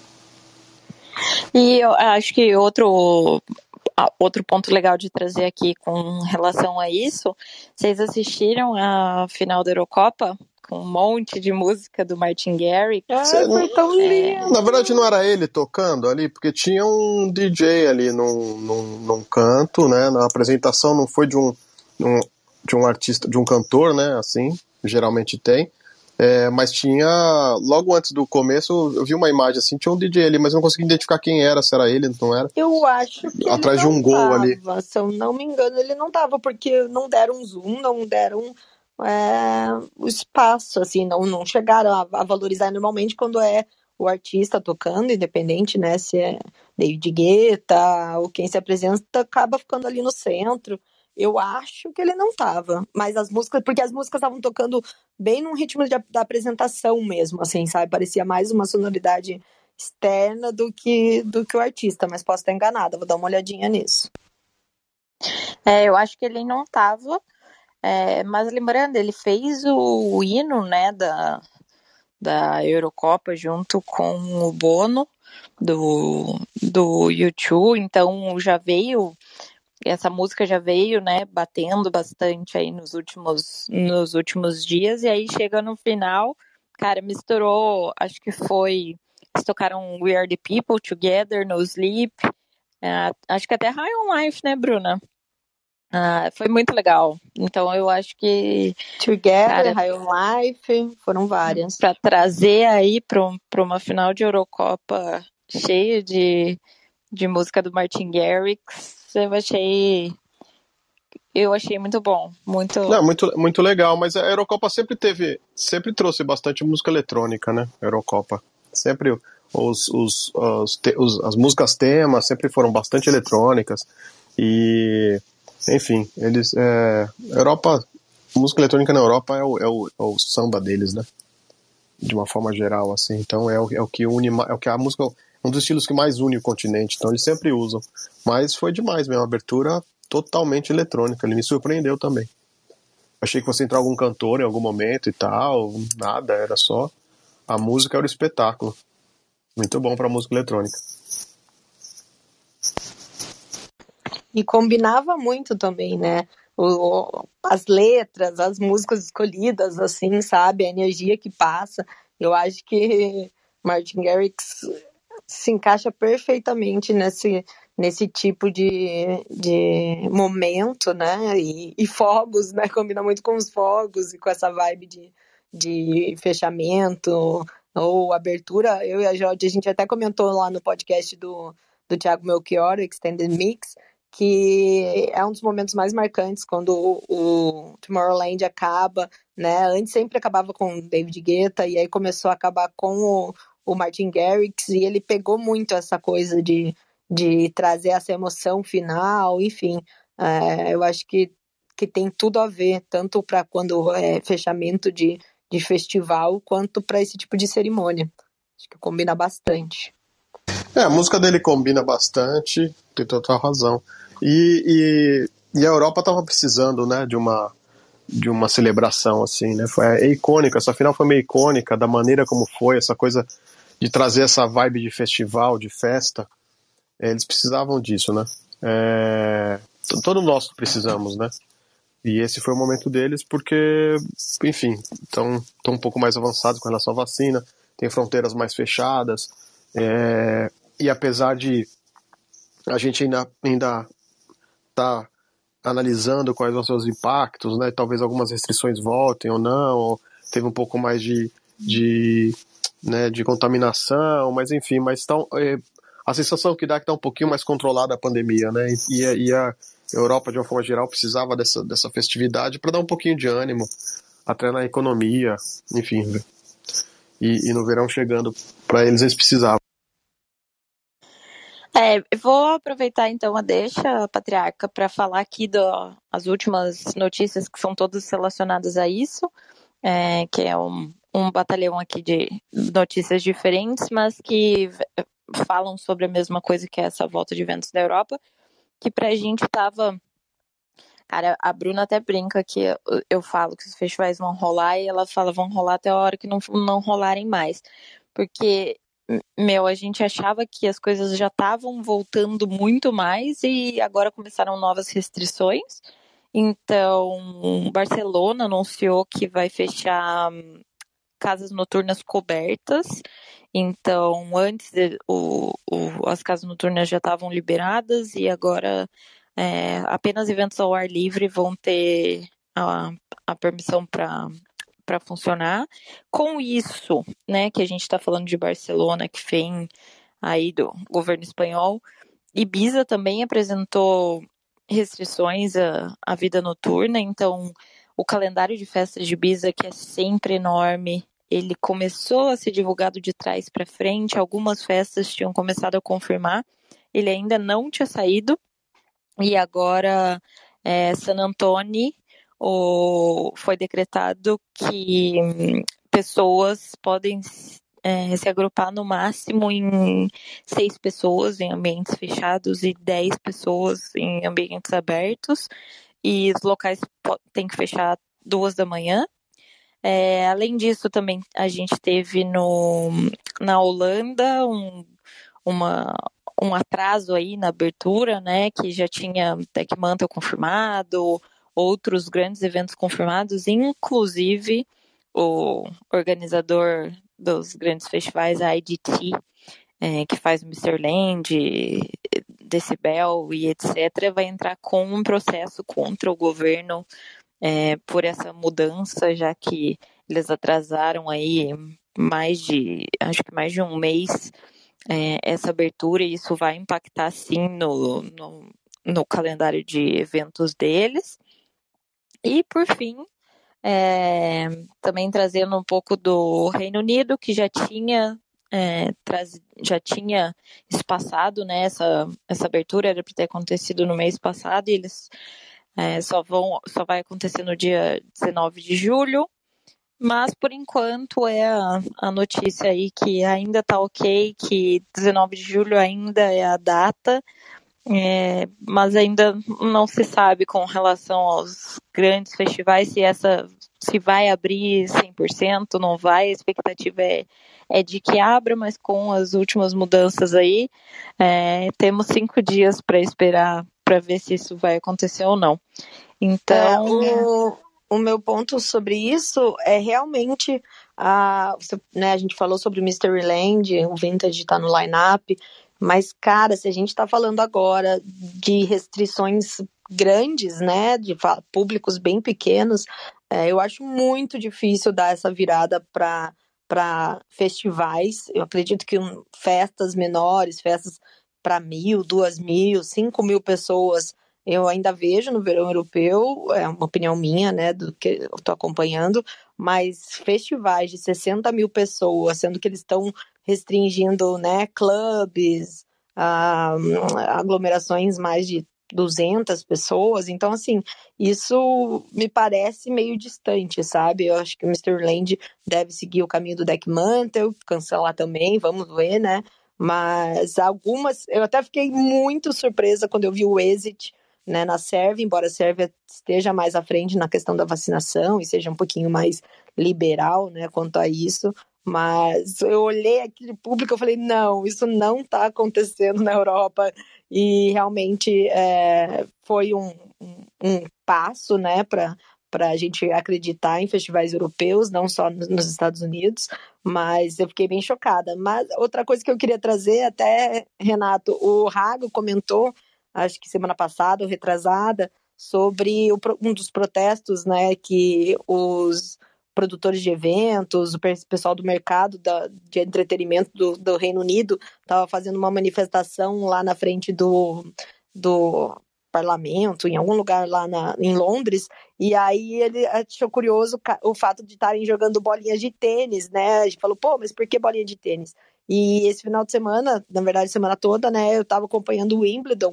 E eu acho que outro, outro ponto legal de trazer aqui com relação a isso, vocês assistiram a final da Eurocopa? Com um monte de música do Martin Garrix. Ah, foi tão lindo! É... Na verdade não era ele tocando ali, porque tinha um D J ali num, num, num canto, né? Na apresentação não foi de um, um, de um artista, de um cantor, né? Assim, geralmente tem. É, mas tinha, logo antes do começo, eu vi uma imagem assim, tinha um D J ali, mas eu não consegui identificar quem era, se era ele, não era. Eu acho que atrás ele não de um gol tava, ali. Se eu não me engano, ele não tava, porque não deram zoom, não deram é, o espaço, assim, não, não chegaram a, a valorizar normalmente quando é o artista tocando, independente, né, se é David Guetta ou quem se apresenta, acaba ficando ali no centro. Eu acho que ele não tava, mas as músicas, porque as músicas estavam tocando bem num ritmo de, da apresentação mesmo, assim, sabe? Parecia mais uma sonoridade externa do que, do que o artista, mas posso estar enganada, vou dar uma olhadinha nisso. É, eu acho que ele não tava, é, mas lembrando, ele fez o, o hino, né, da, da Eurocopa junto com o Bono do, do U dois, então já veio essa música já veio, né, batendo bastante aí nos últimos, nos últimos dias, e aí chega no final, cara, misturou, acho que foi, eles tocaram We Are The People, Together, No Sleep, uh, acho que até High On Life, né, Bruna? Uh, foi muito legal, então eu acho que Together, cara, High On Life, foram várias. Para trazer aí para uma final de Eurocopa cheia de, de música do Martin Garrix, eu achei eu achei muito bom, muito. Não, muito, muito legal, mas a Eurocopa sempre teve, sempre trouxe bastante música eletrônica, né? A Eurocopa. Sempre os, os, os, te, os, as músicas temas sempre foram bastante eletrônicas. E, enfim, eles. É, Europa, música eletrônica na Europa é o, é, o, é o samba deles, né? De uma forma geral, assim. Então é o, é o que une, é o que a música, um dos estilos que mais une o continente. Então eles sempre usam. Mas foi demais mesmo, a abertura totalmente eletrônica. Ele me surpreendeu também. Achei que fosse entrar algum cantor em algum momento e tal. Nada, era só. A música era o espetáculo. Muito bom pra música eletrônica. E combinava muito também, né? O, as letras, as músicas escolhidas, assim, sabe? A energia que passa. Eu acho que Martin Garrix se encaixa perfeitamente nesse, nesse tipo de, de momento, né? E, e fogos, né? Combina muito com os fogos e com essa vibe de, de fechamento ou abertura. Eu e a Jorge, a gente até comentou lá no podcast do, do Thiago Melchior, Extended Mix, que é um dos momentos mais marcantes quando o, o Tomorrowland acaba, né? Antes sempre acabava com David Guetta e aí começou a acabar com o, o Martin Garrix e ele pegou muito essa coisa de, de trazer essa emoção final, enfim, é, eu acho que, que tem tudo a ver, tanto para quando é fechamento de, de festival, quanto para esse tipo de cerimônia. Acho que combina bastante. É, a música dele combina bastante, tem total razão. E, e, e a Europa tava precisando, né, de uma, de uma celebração, assim, né? Foi, é icônica, essa final foi meio icônica da maneira como foi, essa coisa de trazer essa vibe de festival, de festa. É, eles precisavam disso, né? É, todos nós precisamos, né? E esse foi o momento deles porque, enfim, estão um pouco mais avançados com relação à vacina, tem fronteiras mais fechadas, é, e apesar de a gente ainda ainda tá analisando quais vão ser os impactos, né? Talvez algumas restrições voltem ou não, ou teve um pouco mais de, de, né, de contaminação, mas enfim, mas tão, é, a sensação que dá é que está um pouquinho mais controlada a pandemia, né? E, e a Europa, de uma forma geral, precisava dessa, dessa festividade para dar um pouquinho de ânimo, até na economia, enfim. E, e no verão chegando, para eles, eles precisavam. É, eu vou aproveitar então a deixa, Patriarca, para falar aqui das últimas notícias que são todas relacionadas a isso, é, que é um, um batalhão aqui de notícias diferentes, mas que falam sobre a mesma coisa que é essa volta de eventos da Europa, que pra gente tava... Cara, a Bruna até brinca que eu, eu falo que os festivais vão rolar e ela fala vão rolar até a hora que não, não rolarem mais. Porque, meu, a gente achava que as coisas já estavam voltando muito mais e agora começaram novas restrições. Então, Barcelona anunciou que vai fechar casas noturnas cobertas. Então, antes o, o, as casas noturnas já estavam liberadas e agora é, apenas eventos ao ar livre vão ter a, a permissão para para funcionar. Com isso, né, que a gente está falando de Barcelona, que vem aí do governo espanhol, Ibiza também apresentou restrições à, à vida noturna, então o calendário de festas de Ibiza, que é sempre enorme, ele começou a ser divulgado de trás para frente, algumas festas tinham começado a confirmar, ele ainda não tinha saído, e agora é, San Antônio o, foi decretado que hum, pessoas podem é, se agrupar no máximo em seis pessoas em ambientes fechados e dez pessoas em ambientes abertos, e os locais têm que fechar duas da manhã. É, além disso, também a gente teve no, na Holanda um, uma, um atraso aí na abertura, né, que já tinha Tech Mantle confirmado, outros grandes eventos confirmados, inclusive o organizador dos grandes festivais, a I D T, é, que faz o mister Land, Decibel e etcétera, vai entrar com um processo contra o governo é, por essa mudança, já que eles atrasaram aí mais de, acho que mais de um mês é, essa abertura, e isso vai impactar sim no, no, no calendário de eventos deles. E por fim, é, também trazendo um pouco do Reino Unido, que já tinha é, traz, já tinha espaçado, né, essa, essa abertura, era para ter acontecido no mês passado, e eles é, só, vão, só vai acontecer no dia dezenove de julho, mas por enquanto é a, a notícia aí que ainda está ok, que dezenove de julho ainda é a data, é, mas ainda não se sabe com relação aos grandes festivais se essa se vai abrir cem por cento, não vai, a expectativa é, é de que abra, mas com as últimas mudanças aí, é, temos cinco dias para esperar para ver se isso vai acontecer ou não. Então, é, o, o meu ponto sobre isso é realmente a, né, a gente falou sobre o Mystery Land, o Vintage está no line-up, mas, cara, se a gente está falando agora de restrições grandes, né, de públicos bem pequenos, é, eu acho muito difícil dar essa virada para para festivais. Eu acredito que um, festas menores, festas para mil, duas mil, cinco mil pessoas, eu ainda vejo no verão europeu, é uma opinião minha, né, do que eu estou acompanhando, mas festivais de sessenta mil pessoas, sendo que eles estão restringindo, né, clubes, ah, aglomerações mais de duzentas pessoas, então, assim, isso me parece meio distante, sabe? Eu acho que o mister Land deve seguir o caminho do Deck Mantle, cancelar também, vamos ver, né? Mas algumas, eu até fiquei muito surpresa quando eu vi o Exit, né, na Sérvia, embora a Sérvia esteja mais à frente na questão da vacinação e seja um pouquinho mais liberal, né, quanto a isso, mas eu olhei aquele público e falei, não, isso não está acontecendo na Europa, e realmente é, foi um, um, um passo, né, para para a gente acreditar em festivais europeus, não só nos Estados Unidos, mas eu fiquei bem chocada. Mas outra coisa que eu queria trazer, até, Renato, o Rago comentou, acho que semana passada ou retrasada, sobre o, um dos protestos, né, que os produtores de eventos, o pessoal do mercado da, de entretenimento do, do Reino Unido estava fazendo uma manifestação lá na frente do, do parlamento, em algum lugar lá na, em Londres, e aí ele achou curioso o fato de estarem jogando bolinhas de tênis, né? A gente falou, pô, mas por que bolinha de tênis? E esse final de semana, na verdade, semana toda, né, eu estava acompanhando o Wimbledon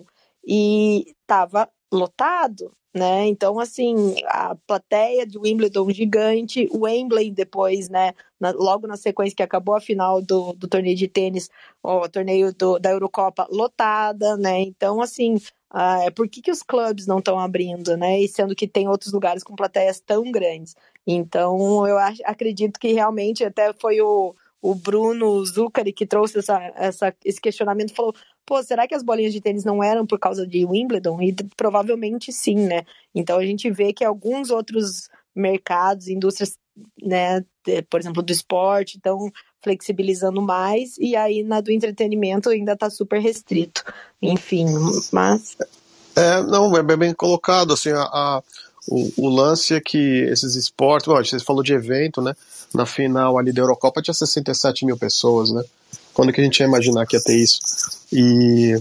e estava lotado, né? Então, assim, a plateia de Wimbledon gigante, o Wembley depois, né? Na, logo na sequência que acabou a final do, do torneio de tênis, o torneio do, da Eurocopa lotada, né? Então, assim, uh, por que, que os clubes não estão abrindo, né? E sendo que tem outros lugares com plateias tão grandes. Então, eu acho, acredito que realmente até foi o, o Bruno Zuccari que trouxe essa, essa, esse questionamento, falou, pô, será que as bolinhas de tênis não eram por causa de Wimbledon? E provavelmente sim, né? Então a gente vê que alguns outros mercados, indústrias, né, por exemplo, do esporte, estão flexibilizando mais, e aí na do entretenimento ainda está super restrito. Enfim, mas... É, não, é bem colocado, assim, a, a, o, o lance é que esses esportes, bom, você falou de evento, né? Na final ali da Eurocopa tinha sessenta e sete mil pessoas, né? Quando que a gente ia imaginar que ia ter isso? E,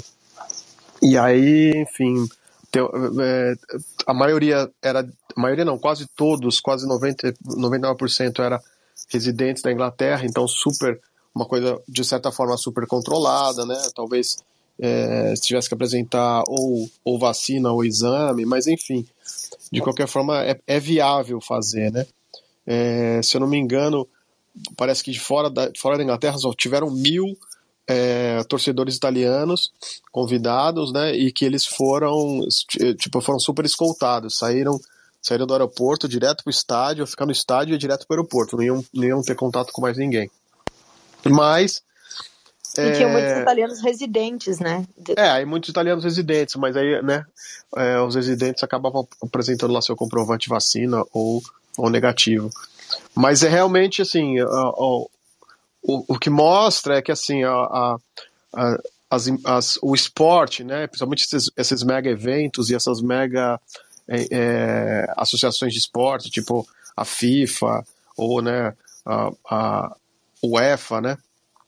e aí, enfim, te, é, a maioria era, a maioria não, quase todos, quase noventa, noventa e nove por cento era residentes da Inglaterra, então super, uma coisa de certa forma super controlada, né? Talvez é, se tivesse que apresentar ou, ou vacina ou exame, mas enfim, de qualquer forma é, é viável fazer, né? É, se eu não me engano, parece que de fora da, fora da Inglaterra só tiveram mil é, torcedores italianos convidados, né, e que eles foram, tipo, foram super escoltados, saíram, saíram do aeroporto direto pro estádio, ficar no estádio e direto pro aeroporto, não iam, não iam ter contato com mais ninguém. Mas E tinha muitos É, italianos residentes, né? De- é, aí muitos italianos residentes, mas aí, né, é, os residentes acabavam apresentando lá seu comprovante de vacina ou, ou negativo. Mas é realmente, assim, a- a- o, o que mostra é que, assim, a, a- a- as, as- o esporte, né, principalmente esses, esses mega eventos e essas mega é, é, associações de esporte, tipo a FIFA ou, né, a, a UEFA, né,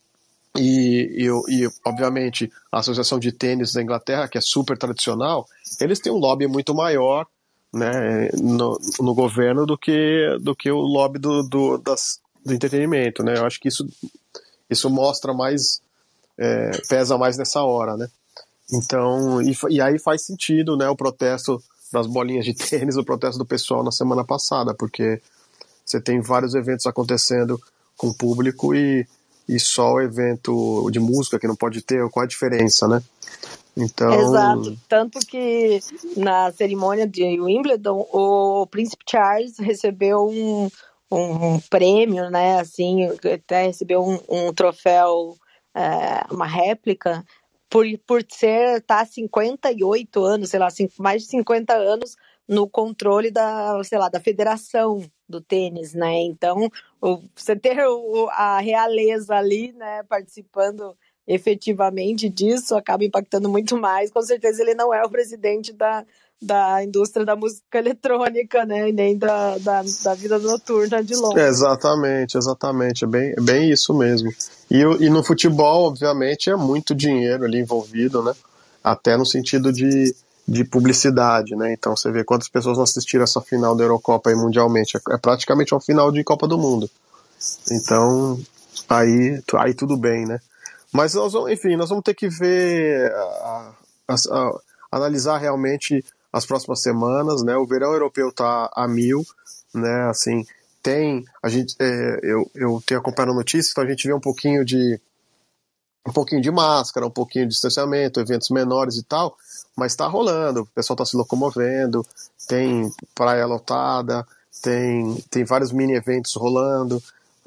e, e, e, obviamente, a Associação de Tênis da Inglaterra, que é super tradicional, eles têm um lobby muito maior, né, no, no governo do que, do que o lobby do, do, das, do entretenimento, né? Eu acho que isso, isso mostra mais, é, pesa mais nessa hora, né? Então, e, e aí faz sentido, né, o protesto das bolinhas de tênis, o protesto do pessoal na semana passada, porque você tem vários eventos acontecendo com o público e, e só o evento de música que não pode ter, qual a diferença, né? Então, Exato. Tanto que na cerimônia de Wimbledon, o Príncipe Charles recebeu um, um prêmio, né? Assim, até recebeu um, um troféu, é, uma réplica, por, por ser, tá há cinquenta e oito anos, sei lá, cin- mais de cinquenta anos no controle da, sei lá, da federação do tênis, né? Então, o- você ter o- a realeza ali, né, participando efetivamente disso, acaba impactando muito mais. Com certeza ele não é o presidente da, da indústria da música eletrônica, né? E nem da, da, da vida noturna de é, Londres. exatamente, exatamente, é bem, é bem isso mesmo. E, o- e no futebol, obviamente, é muito dinheiro ali envolvido, né? Até no sentido de, de publicidade, né? Então você vê quantas pessoas não assistiram essa final da Eurocopa aí mundialmente. É, é praticamente uma final de Copa do Mundo. Então, aí, tu- aí tudo bem, né? Mas nós vamos, enfim, nós vamos ter que ver, a- a- a- analisar realmente as próximas semanas, né? O verão europeu tá a mil, né? Assim, tem, a gente, é, eu, eu tenho acompanhado notícias, então a gente vê um pouquinho de um pouquinho de máscara, um pouquinho de distanciamento, eventos menores e tal, mas está rolando, o pessoal está se locomovendo, tem praia lotada, tem, tem vários mini eventos rolando,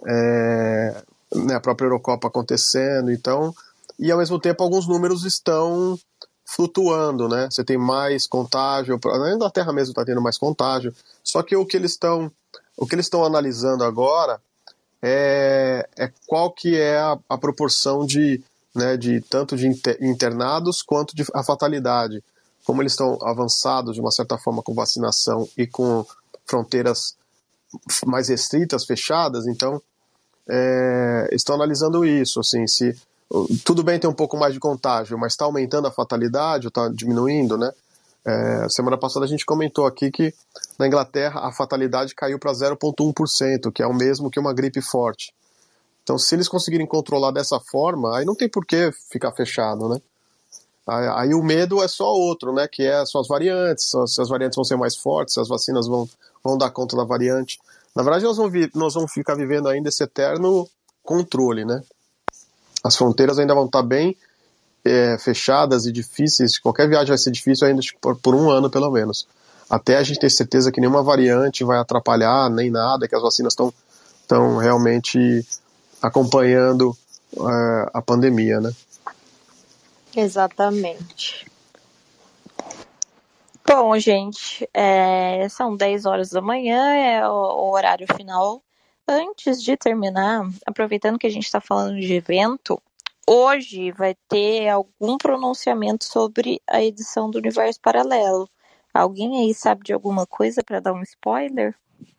é, né, a própria Eurocopa acontecendo, então, e ao mesmo tempo alguns números estão flutuando, né? Você tem mais contágio, na Inglaterra mesmo está tendo mais contágio, só que o que eles estão o que eles estão analisando agora é, é qual que é a, a proporção de, né, de tanto de internados quanto de a fatalidade. Como eles estão avançados de uma certa forma com vacinação e com fronteiras mais restritas, fechadas, então é, estão analisando isso, assim, se tudo bem ter um pouco mais de contágio, mas está aumentando a fatalidade ou está diminuindo, né? É, semana passada a gente comentou aqui que na Inglaterra a fatalidade caiu para zero vírgula um por cento, que é o mesmo que uma gripe forte. Então, se eles conseguirem controlar dessa forma, aí não tem por que ficar fechado, né? Aí, aí o medo é só outro, né? Que é só as variantes, se as variantes vão ser mais fortes, se as vacinas vão, vão dar conta da variante. Na verdade, nós vamos, vi, nós vamos ficar vivendo ainda esse eterno controle, né? As fronteiras ainda vão estar bem é, fechadas e difíceis. Qualquer viagem vai ser difícil ainda por, por um ano, pelo menos. Até a gente ter certeza que nenhuma variante vai atrapalhar, nem nada, que as vacinas estão estão realmente acompanhando é, a pandemia, né? Exatamente. Bom, gente, é, são dez horas da manhã, é o, o horário final. Antes de terminar, aproveitando que a gente está falando de evento, hoje vai ter algum pronunciamento sobre a edição do Universo Paralelo. Alguém aí sabe de alguma coisa para dar um spoiler?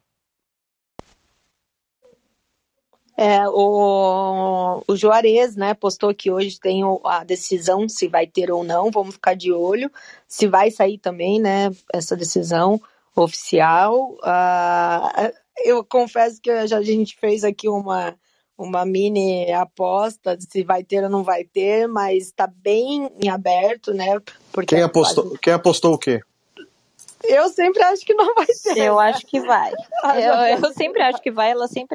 É, o, o Juarez, né, postou que hoje tem o- a decisão se vai ter ou não, vamos ficar de olho, se vai sair também, né, essa decisão oficial. Ah, eu confesso que já a gente fez aqui uma, uma mini aposta de se vai ter ou não vai ter, mas está bem em aberto, né, porque Quem a- apostou, quem apostou o quê? eu sempre acho que não vai ter. Eu né? acho que vai. A Eu, Jajá eu sempre acho que vai, ela sempre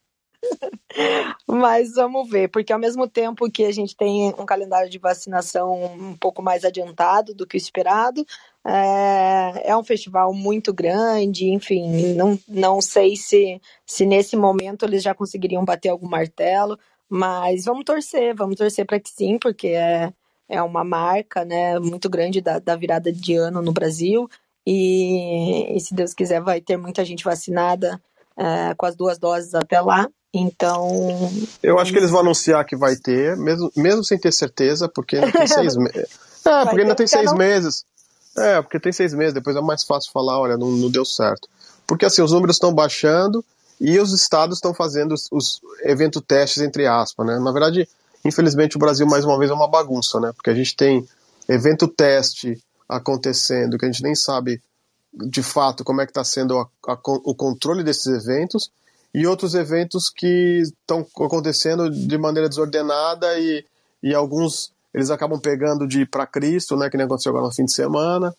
Mas vamos ver, porque ao mesmo tempo que a gente tem um calendário de vacinação um pouco mais adiantado do que o esperado, é, é um festival muito grande, enfim, não, não sei se, se nesse momento eles já conseguiriam bater algum martelo, Mas vamos torcer, vamos torcer para que sim, porque é, é uma marca, né, muito grande da, da virada de ano no Brasil. E, e se Deus quiser vai ter muita gente vacinada é, com as duas doses até lá. Então... Eu acho que eles vão anunciar que vai ter, mesmo, mesmo sem ter certeza, porque ainda tem seis meses. É, porque ainda tem seis não... meses. É, porque tem seis meses, depois é mais fácil falar, olha, não, não deu certo. Porque assim, os números estão baixando e os estados estão fazendo os, os evento testes, entre aspas, né? Na verdade, infelizmente, o Brasil, mais uma vez, é uma bagunça, né? Porque a gente tem evento teste acontecendo, que a gente nem sabe, de fato, como é que está sendo a, a, o controle desses eventos, e outros eventos que estão acontecendo de maneira desordenada e, e alguns eles acabam pegando de ir para Cristo, né? Que nem aconteceu agora no fim de semana.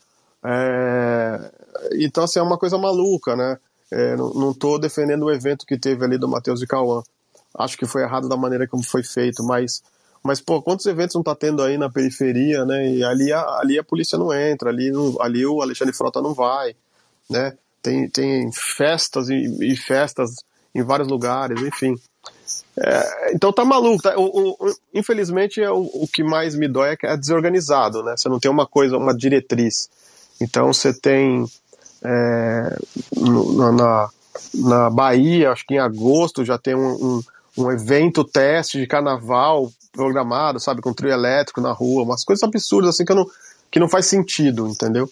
É, então, assim, é uma coisa maluca, né? É, não estou defendendo o evento que teve ali do Matheus e Cauã. Acho que foi errado da maneira como foi feito, mas, mas pô, quantos eventos não está tendo aí na periferia, né? E ali a, ali a polícia não entra, ali, não, ali o Alexandre Frota não vai, né? Tem, tem festas e, e festas em vários lugares, enfim. É, então tá maluco. Tá? O, o, infelizmente, é o, o que mais me dói é que é desorganizado, né? Você não tem uma coisa, uma diretriz. Então você tem é, no, na, na Bahia, acho que em agosto já tem um, um, um evento teste de carnaval programado, sabe, com trio elétrico na rua, umas coisas absurdas assim que, eu não, que não faz sentido, entendeu?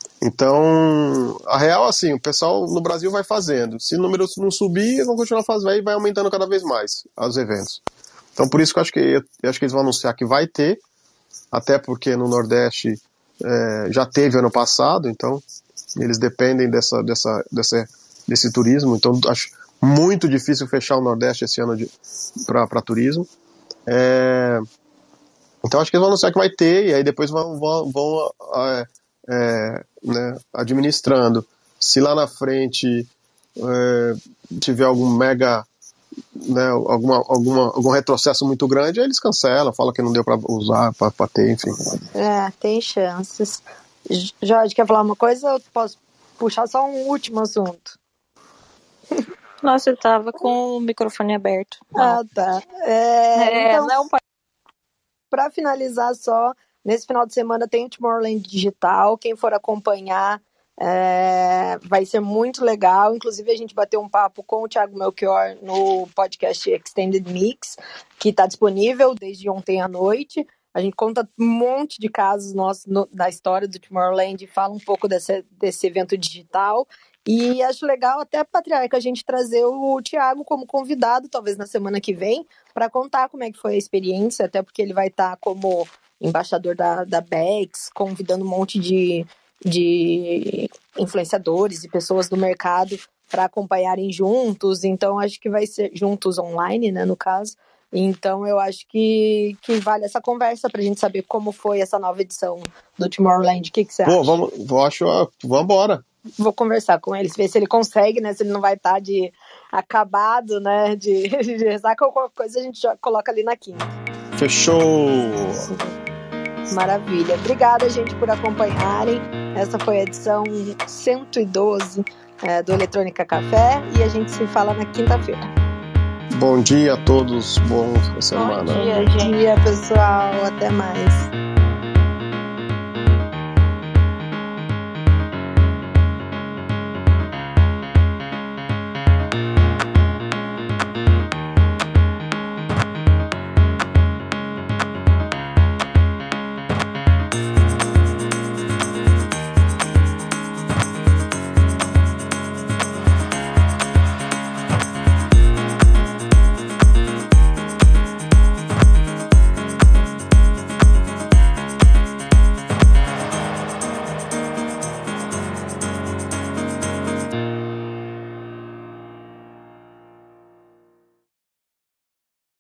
Então, a real, assim, o pessoal no Brasil vai fazendo. Se o número não subir, eles vão continuar fazendo e vai aumentando cada vez mais os eventos. Então, por isso que eu acho que, eu acho que eles vão anunciar que vai ter, até porque no Nordeste é, já teve ano passado, então eles dependem dessa, dessa, dessa, desse turismo. Então, acho muito difícil fechar o Nordeste esse ano para turismo. É, então, acho que eles vão anunciar que vai ter, e aí depois vão... vão, vão é, É, né, administrando. Se lá na frente é, tiver algum mega, né, alguma, alguma, algum retrocesso muito grande, aí eles cancelam, falam que não deu para usar, para ter, enfim. É, tem chances. Jorge, quer falar uma coisa? Eu posso puxar só um último assunto. Nossa, eu tava com o microfone aberto. Ah, tá. É, é, então, não pode. Para finalizar só, nesse final de semana tem o Tomorrowland Digital, quem for acompanhar é, vai ser muito legal, inclusive a gente bateu um papo com o Thiago Melchior no podcast Extended Mix, que está disponível desde ontem à noite. A gente conta um monte de casos nossos no, da história do Tomorrowland e fala um pouco desse, desse evento digital. E acho legal até, Patriarca, a gente trazer o Thiago como convidado, talvez na semana que vem, para contar como é que foi a experiência, até porque ele vai estar tá como embaixador da, da Bex, convidando um monte de, de influenciadores e pessoas do mercado para acompanharem juntos. Então, acho que vai ser juntos online, né, no caso. Então, eu acho que, que vale essa conversa para a gente saber como foi essa nova edição do Tomorrowland. O que, que você Pô, acha? vamos, eu acho, vamos embora. Vou conversar com ele, ver se ele consegue, né? Se ele não vai estar de acabado, né? De, de ressaca ou qualquer coisa, a gente já coloca ali na quinta. Fechou! Maravilha. Obrigada, gente, por acompanharem. Essa foi a edição cento e doze é, do Eletrônica Café e a gente se fala na quinta-feira. Bom dia a todos, boa semana. Bom dia, Bom dia, pessoal. Até mais.